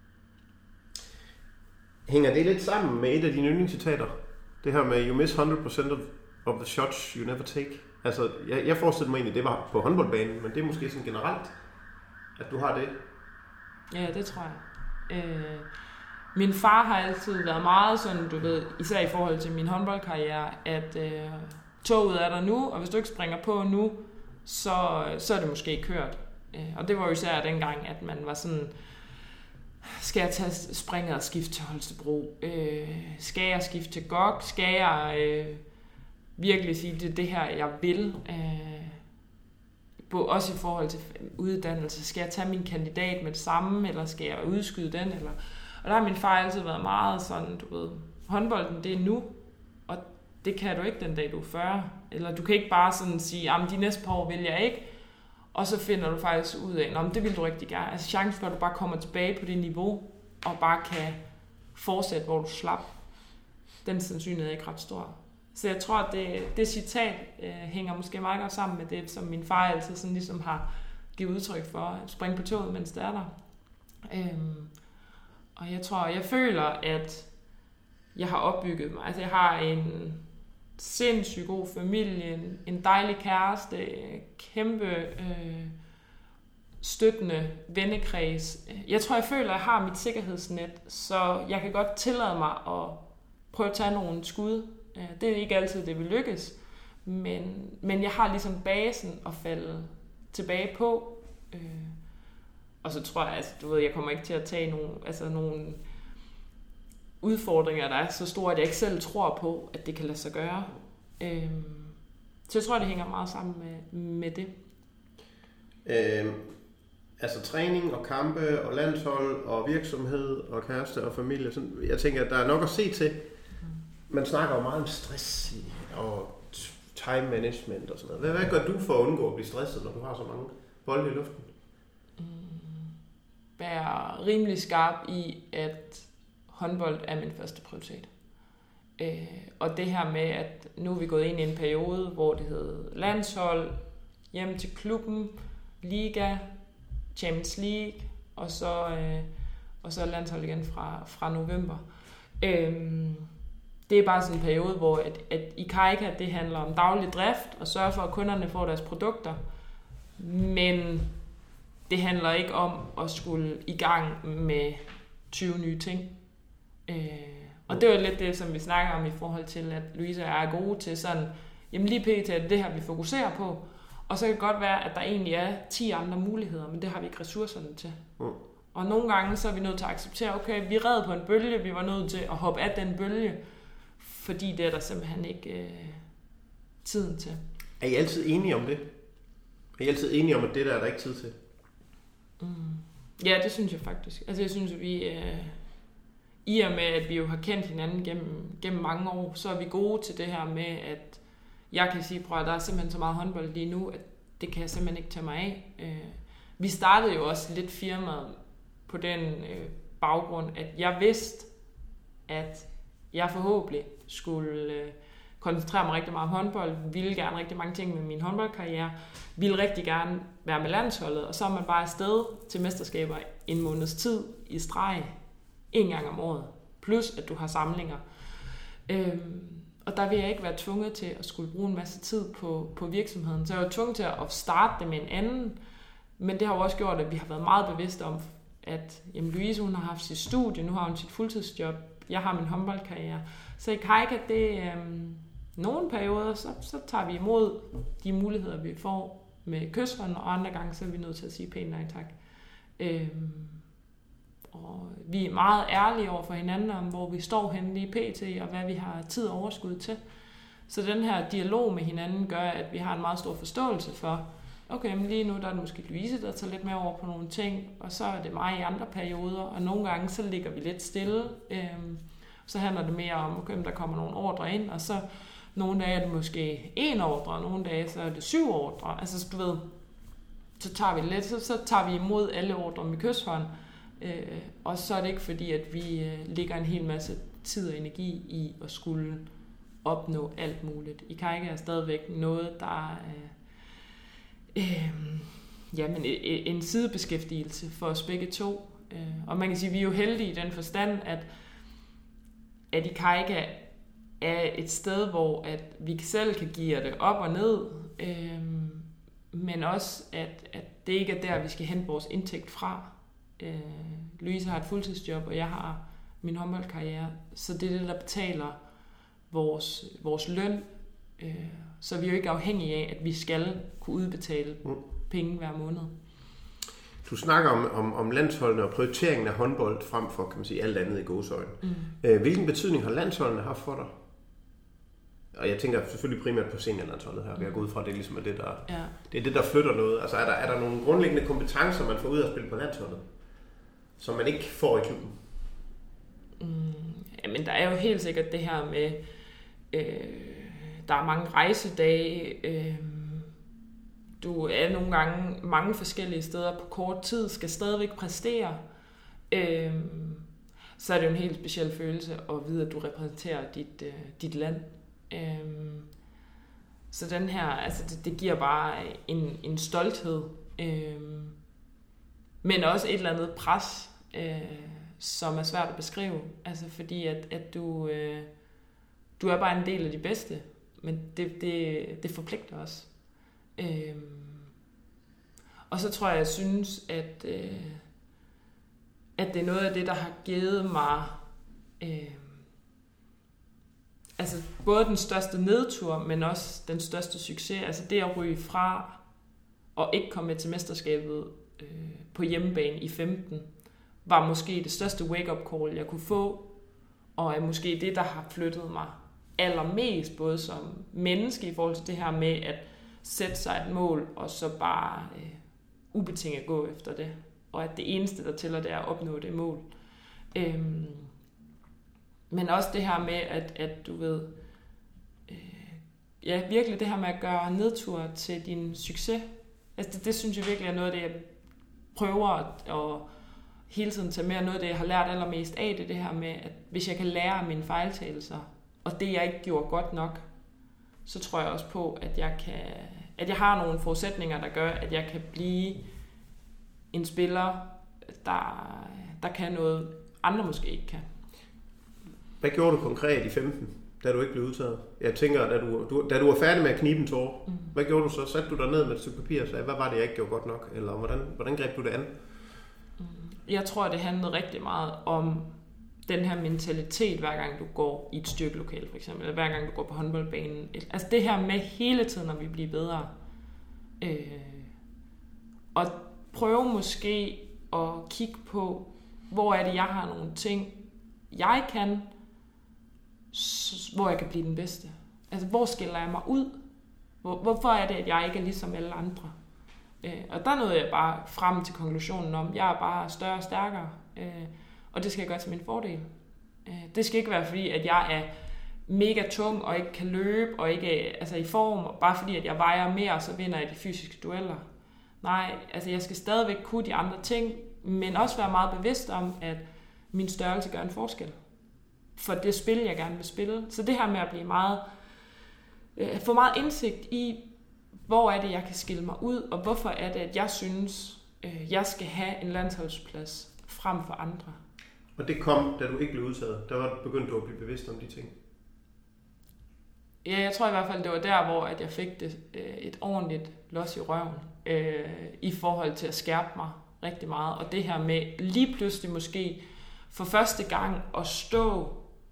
Hænger det lidt sammen med et af dine yndlingscitater? Det her med, you miss hundrede procent of of the shots you never take. Altså, jeg, jeg forestiller mig egentlig, det var på håndboldbanen, men det er måske sådan generelt, at du har det. Ja, det tror jeg. Øh, min far har altid været meget sådan, du ved, især i forhold til min håndboldkarriere, at øh, toget er der nu, og hvis du ikke springer på nu, så, så er det måske kørt. Øh, og det var jo især dengang, at man var sådan, skal jeg tage springet og skifte til Holstebro? Øh, skal jeg skifte til G O G? Skal jeg øh, virkelig sige, det er det her, jeg vil? Øh, også i forhold til uddannelse. Skal jeg tage min kandidat med det samme, eller skal jeg udskyde den? Eller... Og der har min far altid været meget sådan, du ved, håndbolden, det er nu, og det kan du ikke den dag, du er fyrre. Eller du kan ikke bare sådan sige, at de næste par år vil jeg ikke, og så finder du faktisk ud af, at det vil du rigtig gerne. Altså chancen for, at du bare kommer tilbage på det niveau, og bare kan fortsætte, hvor du slap, den sandsynlighed er ikke ret stor. Så jeg tror, at det, det citat øh, hænger måske meget godt sammen med det, som min far altid sådan ligesom har givet udtryk for, at springe på toget, mens det er der. Øhm, og jeg tror, jeg føler, at jeg har opbygget mig. Altså jeg har en sindssygt god familie, en, en dejlig kæreste, kæmpe øh, støttende vennekreds. Jeg tror, jeg føler, at jeg har mit sikkerhedsnet, så jeg kan godt tillade mig at prøve at tage nogle skud. Det er ikke altid, det vil lykkes, men, men jeg har ligesom basen at falde tilbage på. Øh, og så tror jeg, altså, du ved, jeg kommer ikke til at tage nogle, altså, nogle udfordringer, der er så store, at jeg ikke selv tror på, at det kan lade sig gøre. Øh, så jeg tror, det hænger meget sammen med, med det. Øh, altså træning og kampe og landshold og virksomhed og kæreste og familie. Sådan, jeg tænker, at der er nok at se til. Man snakker jo meget om stress og time management og sådan noget. Hvad, hvad gør du for at undgå at blive stresset, når du har så mange bolde i luften? Mm, Vær rimelig skarp i, at håndbold er min første prioritet. Øh, og det her med, at nu er vi gået ind i en periode, hvor det hedder landshold, hjem til klubben, liga, Champions League, og så, øh, og så landshold igen fra, fra november. Øh, Det er bare sådan en periode, hvor at, at i Kajka, det handler om daglig drift og sørge for, at kunderne får deres produkter. Men det handler ikke om at skulle i gang med tyve nye ting. Øh, og det var lidt det, som vi snakker om i forhold til, at Louise og jeg er gode til sådan, jamen lige pt. Er det her, vi fokuserer på. Og så kan det godt være, at der egentlig er ti andre muligheder, men det har vi ikke ressourcerne til. Mm. Og nogle gange så er vi nødt til at acceptere, okay, vi red på en bølge, vi var nødt til at hoppe af den bølge, fordi det er der simpelthen ikke øh, tiden til. Er I altid enige om det? Er I altid enige om, at det der er der ikke tid til? Mm. Ja, det synes jeg faktisk. Altså jeg synes, at vi, øh, i og med, at vi jo har kendt hinanden gennem, gennem mange år, så er vi gode til det her med, at jeg kan sige, prøv at der er simpelthen så meget håndbold lige nu, at det kan jeg simpelthen ikke tage mig af. Øh, vi startede jo også lidt firmaet på den øh, baggrund, at jeg vidste, at jeg forhåbentlig skulle øh, koncentrere mig rigtig meget om håndbold, ville gerne rigtig mange ting med min håndboldkarriere, ville rigtig gerne være med landsholdet, og så er man bare afsted til mesterskaber en måneds tid i streg, en gang om året, plus at du har samlinger. Øhm, og der vil jeg ikke være tvunget til at skulle bruge en masse tid på, på virksomheden, så jeg var tvunget til at starte det med en anden, men det har jo også gjort, at vi har været meget bevidste om, at jamen, Louise hun har haft sit studie, nu har hun sit fuldtidsjob, jeg har min håndboldkarriere. Så i Kajka, det er øhm, nogle perioder, så, så tager vi imod de muligheder, vi får med kyshånd, og andre gange, så er vi nødt til at sige pænt nej tak. Øhm, og vi er meget ærlige over for hinanden om, hvor vi står henne lige pt, og hvad vi har tid og overskud til. Så den her dialog med hinanden gør, at vi har en meget stor forståelse for, okay, men lige nu der er det måske Louise, der tager lidt mere over på nogle ting, og så er det mig i andre perioder, og nogle gange så ligger vi lidt stille. Øhm, så handler det mere om, okay, der kommer nogle ordre ind, og så nogle dage er det måske en ordre, og nogle dage så er det syv ordre. Altså du ved, så tager vi det lidt, så, så tager vi imod alle ordre med kyshånd, øh, og så er det ikke fordi, at vi øh, lægger en hel masse tid og energi i at skulle opnå alt muligt. I Kajka er stadigvæk noget, der er øh, jamen, en sidebeskæftigelse for os begge to. Øh, og man kan sige, at vi er jo heldige i den forstand, at, at i Kajka er et sted, hvor at vi selv kan give det op og ned, øh, men også, at, at det ikke er der, vi skal hente vores indtægt fra. Øh, Louise har et fuldtidsjob, og jeg har min håndboldkarriere, så det er det, der betaler vores, vores løn, øh, så vi er jo ikke afhængige af, at vi skal kunne udbetale mm. penge hver måned. Du snakker om, om, om landsholdene og prioriteringen af håndbold frem for, kan man sige, alt andet i gåseøjne. Mm. Hvilken betydning har landsholdene haft for dig? Og jeg tænker selvfølgelig primært på seniorlandsholdet her. Vi har gået ud fra, at det ligesom er det, der, ja. det er det, der flytter noget. Altså er der, er der nogle grundlæggende kompetencer, man får ud af at spille på landsholdet, som man ikke får i klubben? Mm, jamen der er jo helt sikkert det her med, øh, der er mange rejsedage, øh, du er nogle gange mange forskellige steder på kort tid, skal stadigvæk præstere. Øh, så er det jo en helt speciel følelse at vide, at du repræsenterer dit, øh, dit land. Øhm, så den her, altså det, det giver bare en, en stolthed, øhm, men også et eller andet pres, øh, som er svært at beskrive. Altså fordi at, at du, øh, du er bare en del af de bedste, men det, det, det forpligter os. Øhm, og så tror jeg, jeg synes, at, øh, at det er noget af det, der har givet mig øh, altså både den største nedtur, men også den største succes. Altså det at ryge fra og ikke komme med til mesterskabet øh, på hjemmebane i femten, var måske det største wake-up call, jeg kunne få, og er måske det, der har flyttet mig allermest, både som menneske i forhold til det her med at sætte sig et mål, og så bare øh, ubetinget gå efter det. Og at det eneste, der tæller, det er at opnå det mål. Øhm, men også det her med, at, at du ved, øh, ja, virkelig det her med at gøre nedtur til din succes. Altså det, det synes jeg virkelig er noget af det, jeg prøver at, at hele tiden tage med, og noget af det, jeg har lært allermest af det, det her med, at hvis jeg kan lære af mine fejltagelser, og det, jeg ikke gjorde godt nok, så tror jeg også på, at jeg kan, at jeg har nogle forudsætninger, der gør, at jeg kan blive en spiller, der, der kan noget, andre måske ikke kan. Hvad gjorde du konkret i femten, da du ikke blev udtaget? Jeg tænker, da du, du, da du var færdig med at knibe en tår, mm. hvad gjorde du så? Satte du dig ned med et stykke papir og sagde, hvad var det, jeg ikke gjorde godt nok? Eller hvordan, hvordan greb du det an? Jeg tror, det handlede rigtig meget om den her mentalitet, hver gang du går i et styrkelokale, for eksempel, eller hver gang du går på håndboldbanen. Altså det her med hele tiden at vi bliver bedre. Øh, og prøve måske at kigge på, hvor er det, jeg har nogle ting, jeg kan, hvor jeg kan blive den bedste. Altså, hvor skiller jeg mig ud? Hvor, hvorfor er det, at jeg ikke er ligesom alle andre? Øh, og der nåede jeg bare frem til konklusionen om, jeg er bare større og stærkere, øh, og det skal jeg gøre til min fordel. Øh, det skal ikke være fordi, at jeg er mega tung og ikke kan løbe og ikke er altså, i form, og bare fordi, at jeg vejer mere, så vinder jeg de fysiske dueller. Nej, altså jeg skal stadigvæk kunne de andre ting, men også være meget bevidst om, at min størrelse gør en forskel. For det spil, jeg gerne vil spille. Så det her med at blive meget, øh, få meget indsigt i, hvor er det, jeg kan skille mig ud, og hvorfor er det, at jeg synes, øh, jeg skal have en landsholdsplads frem for andre. Og det kom, da du ikke blev udtaget. Der var begyndt du at blive bevidst om de ting. Ja, jeg tror i hvert fald, det var der, hvor at jeg fik det, øh, et ordentligt los i røven, øh, i forhold til at skærpe mig rigtig meget. Og det her med lige pludselig måske for første gang at stå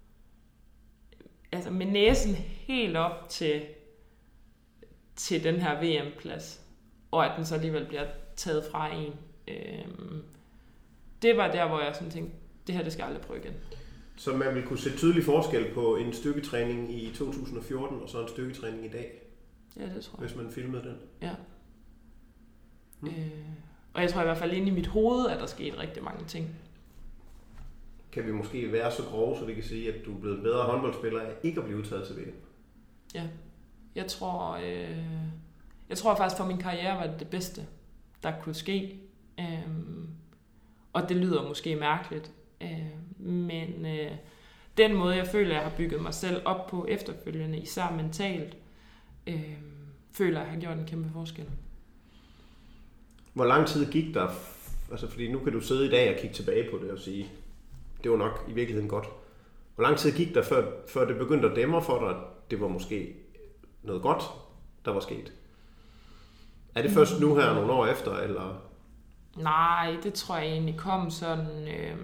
altså med næsen helt op til, til den her V M-plads, og at den så alligevel bliver taget fra en. Øh, det var der, hvor jeg sådan tænkte, det her, det skal jeg aldrig prøve igen. Så man vil kunne se tydelig forskel på en styrketræning i to tusind og fjorten og så en styrketræning i dag? Ja, det tror jeg. Hvis man filmede den? Ja. Hmm. Øh, og jeg tror i hvert fald inde i mit hoved, at der skete rigtig mange ting. Kan vi måske være så grove, så vi kan sige, at du er blevet en bedre håndboldspiller af ikke at blive udtaget til V M? Ja. Jeg tror, øh, jeg tror faktisk, for min karriere var det det bedste, der kunne ske. Øh, og det lyder måske mærkeligt. Øh, men øh, den måde, jeg føler, jeg har bygget mig selv op på efterfølgende, især mentalt, øh, føler, jeg har gjort en kæmpe forskel. Hvor lang tid gik der? Altså, fordi nu kan du sidde i dag og kigge tilbage på det og sige, det var nok i virkeligheden godt. Hvor lang tid gik der, før, før det begyndte at dæmre for dig, at det var måske noget godt, der var sket? Er det først nu her, nogle år efter, eller? Nej, det tror jeg egentlig kom sådan. Øh,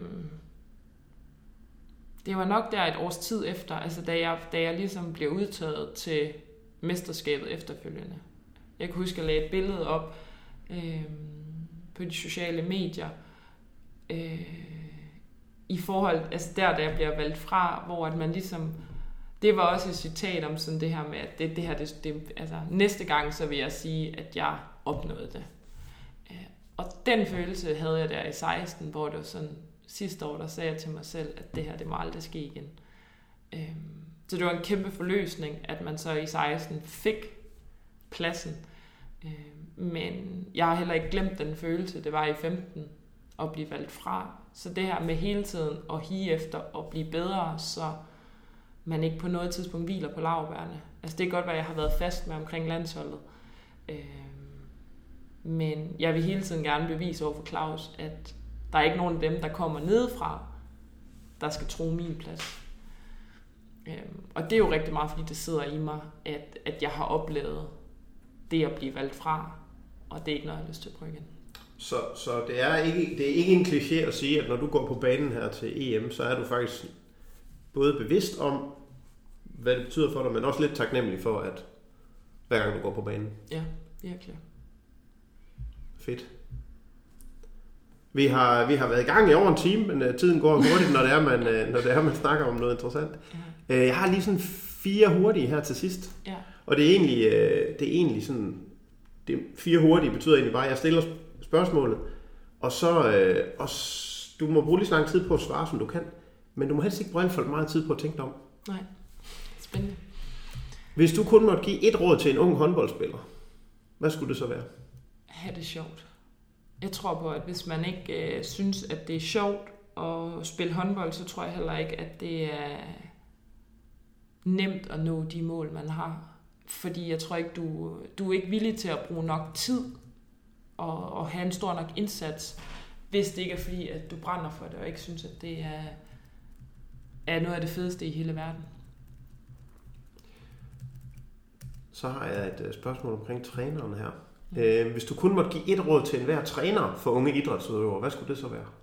det var nok der et års tid efter, altså da jeg, da jeg ligesom blev udtaget til mesterskabet efterfølgende. Jeg kan huske, at jeg lagde et billede op øh, på de sociale medier, øh, i forhold, altså der, da jeg bliver valgt fra, hvor at man ligesom, det var også et citat om sådan det her med, at det, det her, det, det, altså næste gang, så vil jeg sige, at jeg opnåede det. Og den følelse havde jeg der i seksten, hvor det var sådan, sidste år, der sagde jeg til mig selv, at det her, det må aldrig ske igen. Så det var en kæmpe forløsning, at man så i seksten fik pladsen. Men jeg har heller ikke glemt den følelse, det var i femten. at blive valgt fra. Så det her med hele tiden at hige efter at blive bedre, så man ikke på noget tidspunkt hviler på laurbærrene. Altså det er godt, hvad jeg har været fast med omkring landsholdet. Øh, men jeg vil hele tiden gerne bevise over for Claus, at der er ikke nogen af dem, der kommer nedefra, der skal tro min plads. Øh, og det er jo rigtig meget, fordi det sidder i mig, at, at jeg har oplevet det at blive valgt fra, og det er ikke noget, jeg har lyst til at prøve igen. Så, så det, er ikke, det er ikke en kliché at sige, at når du går på banen her til E M, så er du faktisk både bevidst om, hvad det betyder for dig, men også lidt taknemmelig for, at hver gang du går på banen. Ja, virkelig. Fedt. Vi har, vi har været i gang i over en time, men tiden går hurtigt, når det er, man, når det er, man snakker om noget interessant. Ja. Jeg har lige sådan fire hurtige her til sidst. Ja. Og det er egentlig, det er egentlig sådan, det fire hurtige betyder egentlig bare, at jeg stiller spørgsmålet, og så, og du må bruge lige så lang tid på at svare, som du kan, men du må helst ikke bruge alt for meget tid på at tænke dig om. Nej, spændende. Hvis du kun måtte give et råd til en ung håndboldspiller, hvad skulle det så være? Ha' det sjovt. Jeg tror på, at hvis man ikke øh, synes, at det er sjovt at spille håndbold, så tror jeg heller ikke, at det er nemt at nå de mål, man har. Fordi jeg tror ikke, du, du er ikke villig til at bruge nok tid og, og have en stor nok indsats, hvis det ikke er fordi, at du brænder for det, og ikke synes, at det er, er noget af det fedeste i hele verden. Så har jeg et spørgsmål omkring træneren her. Mm. Hvis du kun måtte give et råd til enhver træner for unge idrætsudøvere, hvad skulle det så være?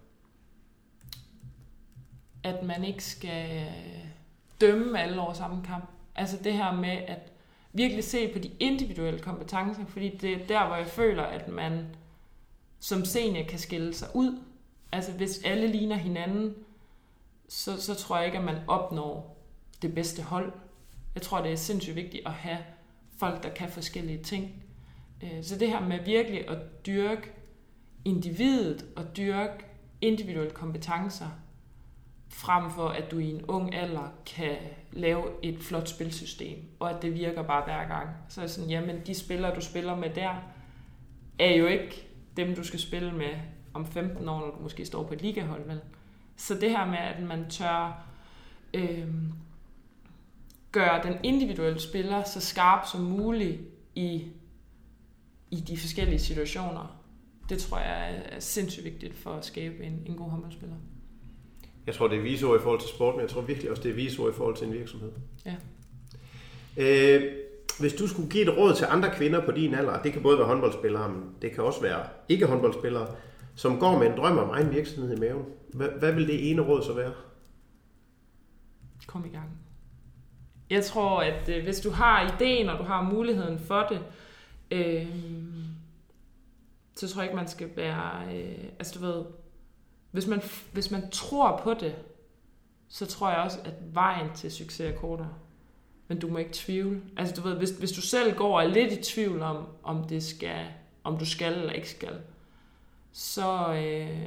At man ikke skal dømme alle over samme kamp. Altså det her med at virkelig se på de individuelle kompetencer, fordi det er der, hvor jeg føler, at man som senior kan skille sig ud. Altså hvis alle ligner hinanden, så, så tror jeg ikke, at man opnår det bedste hold. Jeg tror, det er sindssygt vigtigt at have folk, der kan forskellige ting. Så det her med virkelig at dyrke individet og dyrke individuelle kompetencer, frem for at du i en ung alder kan lave et flot spilsystem, og at det virker bare hver gang. Så er det sådan, jamen de spillere, du spiller med der, er jo ikke dem, du skal spille med om femten år, når du måske står på et ligahold, vel? Så det her med, at man tør øh, gøre den individuelle spiller så skarp som muligt i i de forskellige situationer, det tror jeg er sindssygt vigtigt for at skabe en, en god håndboldspiller. Jeg tror, det er visord i forhold til sport, men jeg tror virkelig også, det er visord i forhold til en virksomhed. Ja. Øh, hvis du skulle give et råd til andre kvinder på din alder, det kan både være håndboldspillere, men det kan også være ikke håndboldspillere, som går med en drøm om egen virksomhed i maven, hvad, hvad vil det ene råd så være? Kom i gang. Jeg tror, at øh, hvis du har ideen, og du har muligheden for det, Øh, så tror jeg ikke, man skal være... Øh, altså du ved, hvis man, hvis man tror på det, så tror jeg også, at vejen til succes er kortere. Men du må ikke tvivle. Altså du ved, hvis, hvis du selv går og er lidt i tvivl om, om, det skal, om du skal eller ikke skal, så, øh,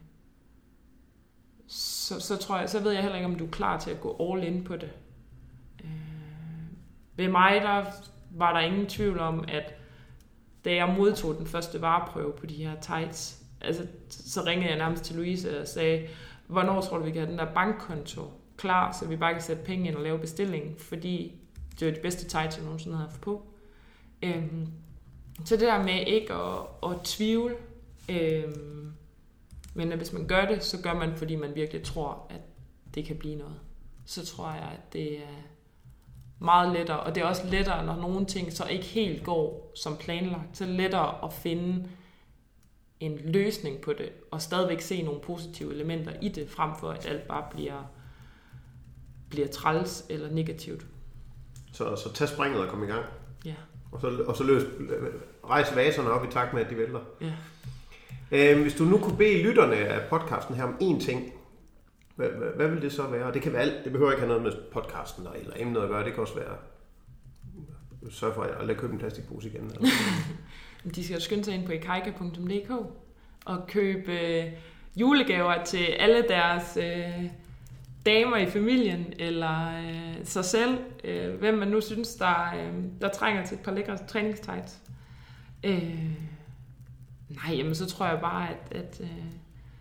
så, så, tror jeg, så ved jeg heller ikke, om du er klar til at gå all in på det. Øh, ved mig, der var der ingen tvivl om, at da jeg modtog den første vareprøve på de her tights, altså, så ringede jeg nærmest til Louise og sagde, hvornår tror du, vi kan have den der bankkonto klar, så vi bare kan sætte penge ind og lave bestillingen, fordi det var de bedste tights, jeg nogensinde havde haft på. Øhm, så det der med ikke at, at tvivle, øhm, men at hvis man gør det, så gør man, fordi man virkelig tror, at det kan blive noget. Så tror jeg, at det er meget lettere, og det er også lettere, når nogle ting så ikke helt går som planlagt, så er det lettere at finde en løsning på det, og stadigvæk se nogle positive elementer i det, frem for at alt bare bliver, bliver træls eller negativt. Så, så tag springet og kom i gang. Ja. Og så, og så løs, rejs vaserne op i takt med, at de vælter. Ja. Øh, hvis du nu kunne bede lytterne af podcasten her om én ting, hvad, hvad, hvad vil det så være? Det kan være alt. Det behøver ikke have noget med podcasten eller emnet at gøre. Det kan også være sørg for at lade købe en plastikpose igen. Eller De skal jo skynde sig ind på ikaika punktum d k og købe øh, julegaver til alle deres øh, damer i familien, eller øh, sig selv, øh, hvem man nu synes, der, øh, der trænger til et par lækre træningstights. Øh, nej, jamen så tror jeg bare, at, at øh,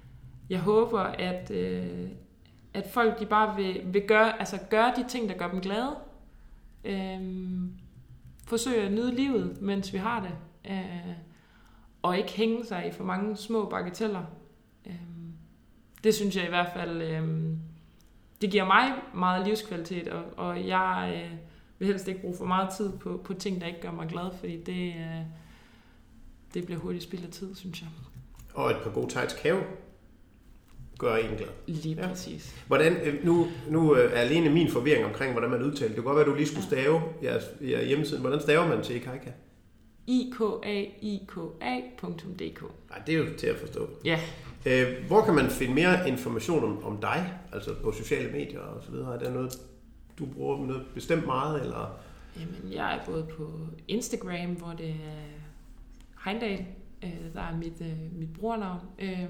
jeg håber, at, øh, at folk de bare vil, vil gøre, altså gøre de ting, der gør dem glade. Øh, forsøge at nyde livet, mens vi har det. Øh, og ikke hænge sig i for mange små bagateller. Øh, det synes jeg i hvert fald, øh, det giver mig meget livskvalitet, og, og jeg øh, vil helst ikke bruge for meget tid på, på ting, der ikke gør mig glad, fordi det, øh, det bliver hurtigt spild af tid, synes jeg. Og et par gode Tejts kave gør en glad. Lige præcis. Ja. Hvordan, nu, nu er alene min forvirring omkring, hvordan man udtaler det. Det kunne godt være, at du lige skulle stave jeres, jeres hjemmeside. Hvordan staver man til Ikaika? I K A I K A punktum D K. Nej, det er jo til at forstå. Ja. Øh, hvor kan man finde mere information om, om dig? Altså på sociale medier og så videre. Er der noget, du bruger noget bestemt meget? Eller? Jamen, jeg er både på Instagram, hvor det er Heindal, øh, der er mit, øh, mit brugernavn. Øh,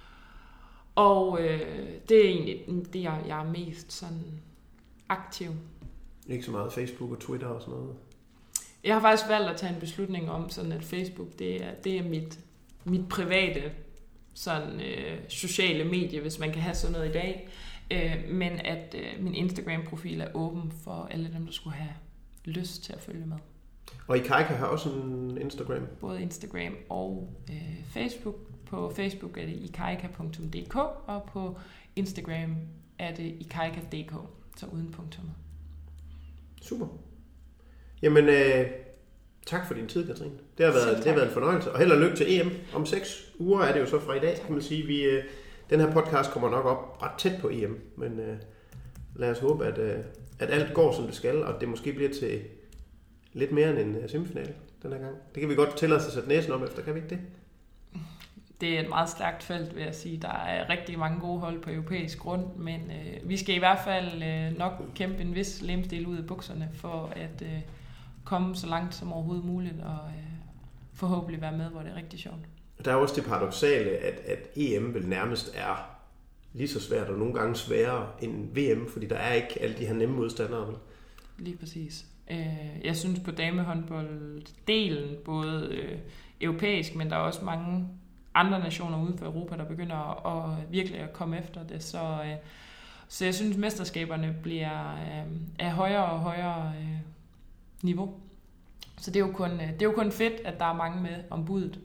og øh, det er egentlig det, jeg, jeg er mest sådan aktiv. Ikke så meget Facebook og Twitter og sådan noget? Jeg har faktisk valgt at tage en beslutning om, sådan at Facebook, det er, det er mit, mit private sådan, øh, sociale medie, hvis man kan have sådan noget i dag. Øh, men at øh, min Instagram-profil er åben for alle dem, der skulle have lyst til at følge med. Og Ikaika har også en Instagram? Både Instagram og øh, Facebook. På Facebook er det ikaika punktum d k, og på Instagram er det ikaika punktum d k, så uden punktummet. Super. Jamen, øh, tak for din tid, Katrine. Det har, været, det har været en fornøjelse. Og held og lykke til E M. Om seks uger er det jo så fra i dag, kan man sige. Vi, øh, den her podcast kommer nok op ret tæt på E M, men øh, lad os håbe, at, øh, at alt går, som det skal, og det måske bliver til lidt mere end en semifinale den her gang. Det kan vi godt tillade os at sætte næsen om efter, kan vi ikke det? Det er et meget stærkt felt, vil jeg sige. Der er rigtig mange gode hold på europæisk grund, men øh, vi skal i hvert fald øh, nok kæmpe en vis lemstil ud af bukserne, for at øh, komme så langt som overhovedet muligt, og øh, forhåbentlig være med, hvor det er rigtig sjovt. Der er også det paradoksale, at, at E M vel nærmest er lige så svært, og nogle gange sværere end V M, fordi der er ikke alle de her nemme modstandere. Vel? Lige præcis. Jeg synes på damehåndbolddelen, både øh, europæisk, men der er også mange andre nationer uden for Europa, der begynder at, at virkelig at komme efter det. Så, øh, så jeg synes, mesterskaberne bliver øh, af højere og højere øh, niveau. Så det er, jo kun, det er jo kun fedt, at der er mange med om budet.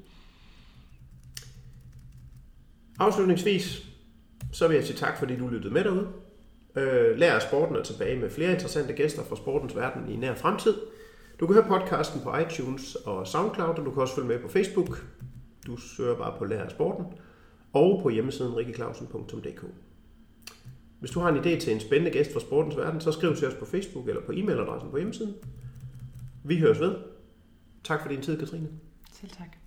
Afslutningsvis, så vil jeg sige tak, fordi du lyttede med derude. Øh, lær af sporten er tilbage med flere interessante gæster fra sportens verden i nær fremtid. Du kan høre podcasten på iTunes og SoundCloud, og du kan også følge med på Facebook. Du søger bare på Lær af sporten, og på hjemmesiden rikke clausen punktum d k. Hvis du har en idé til en spændende gæst fra sportens verden, så skriv til os på Facebook eller på e-mailadressen på hjemmesiden. Vi høres ved. Tak for din tid, Katrine. Selv tak.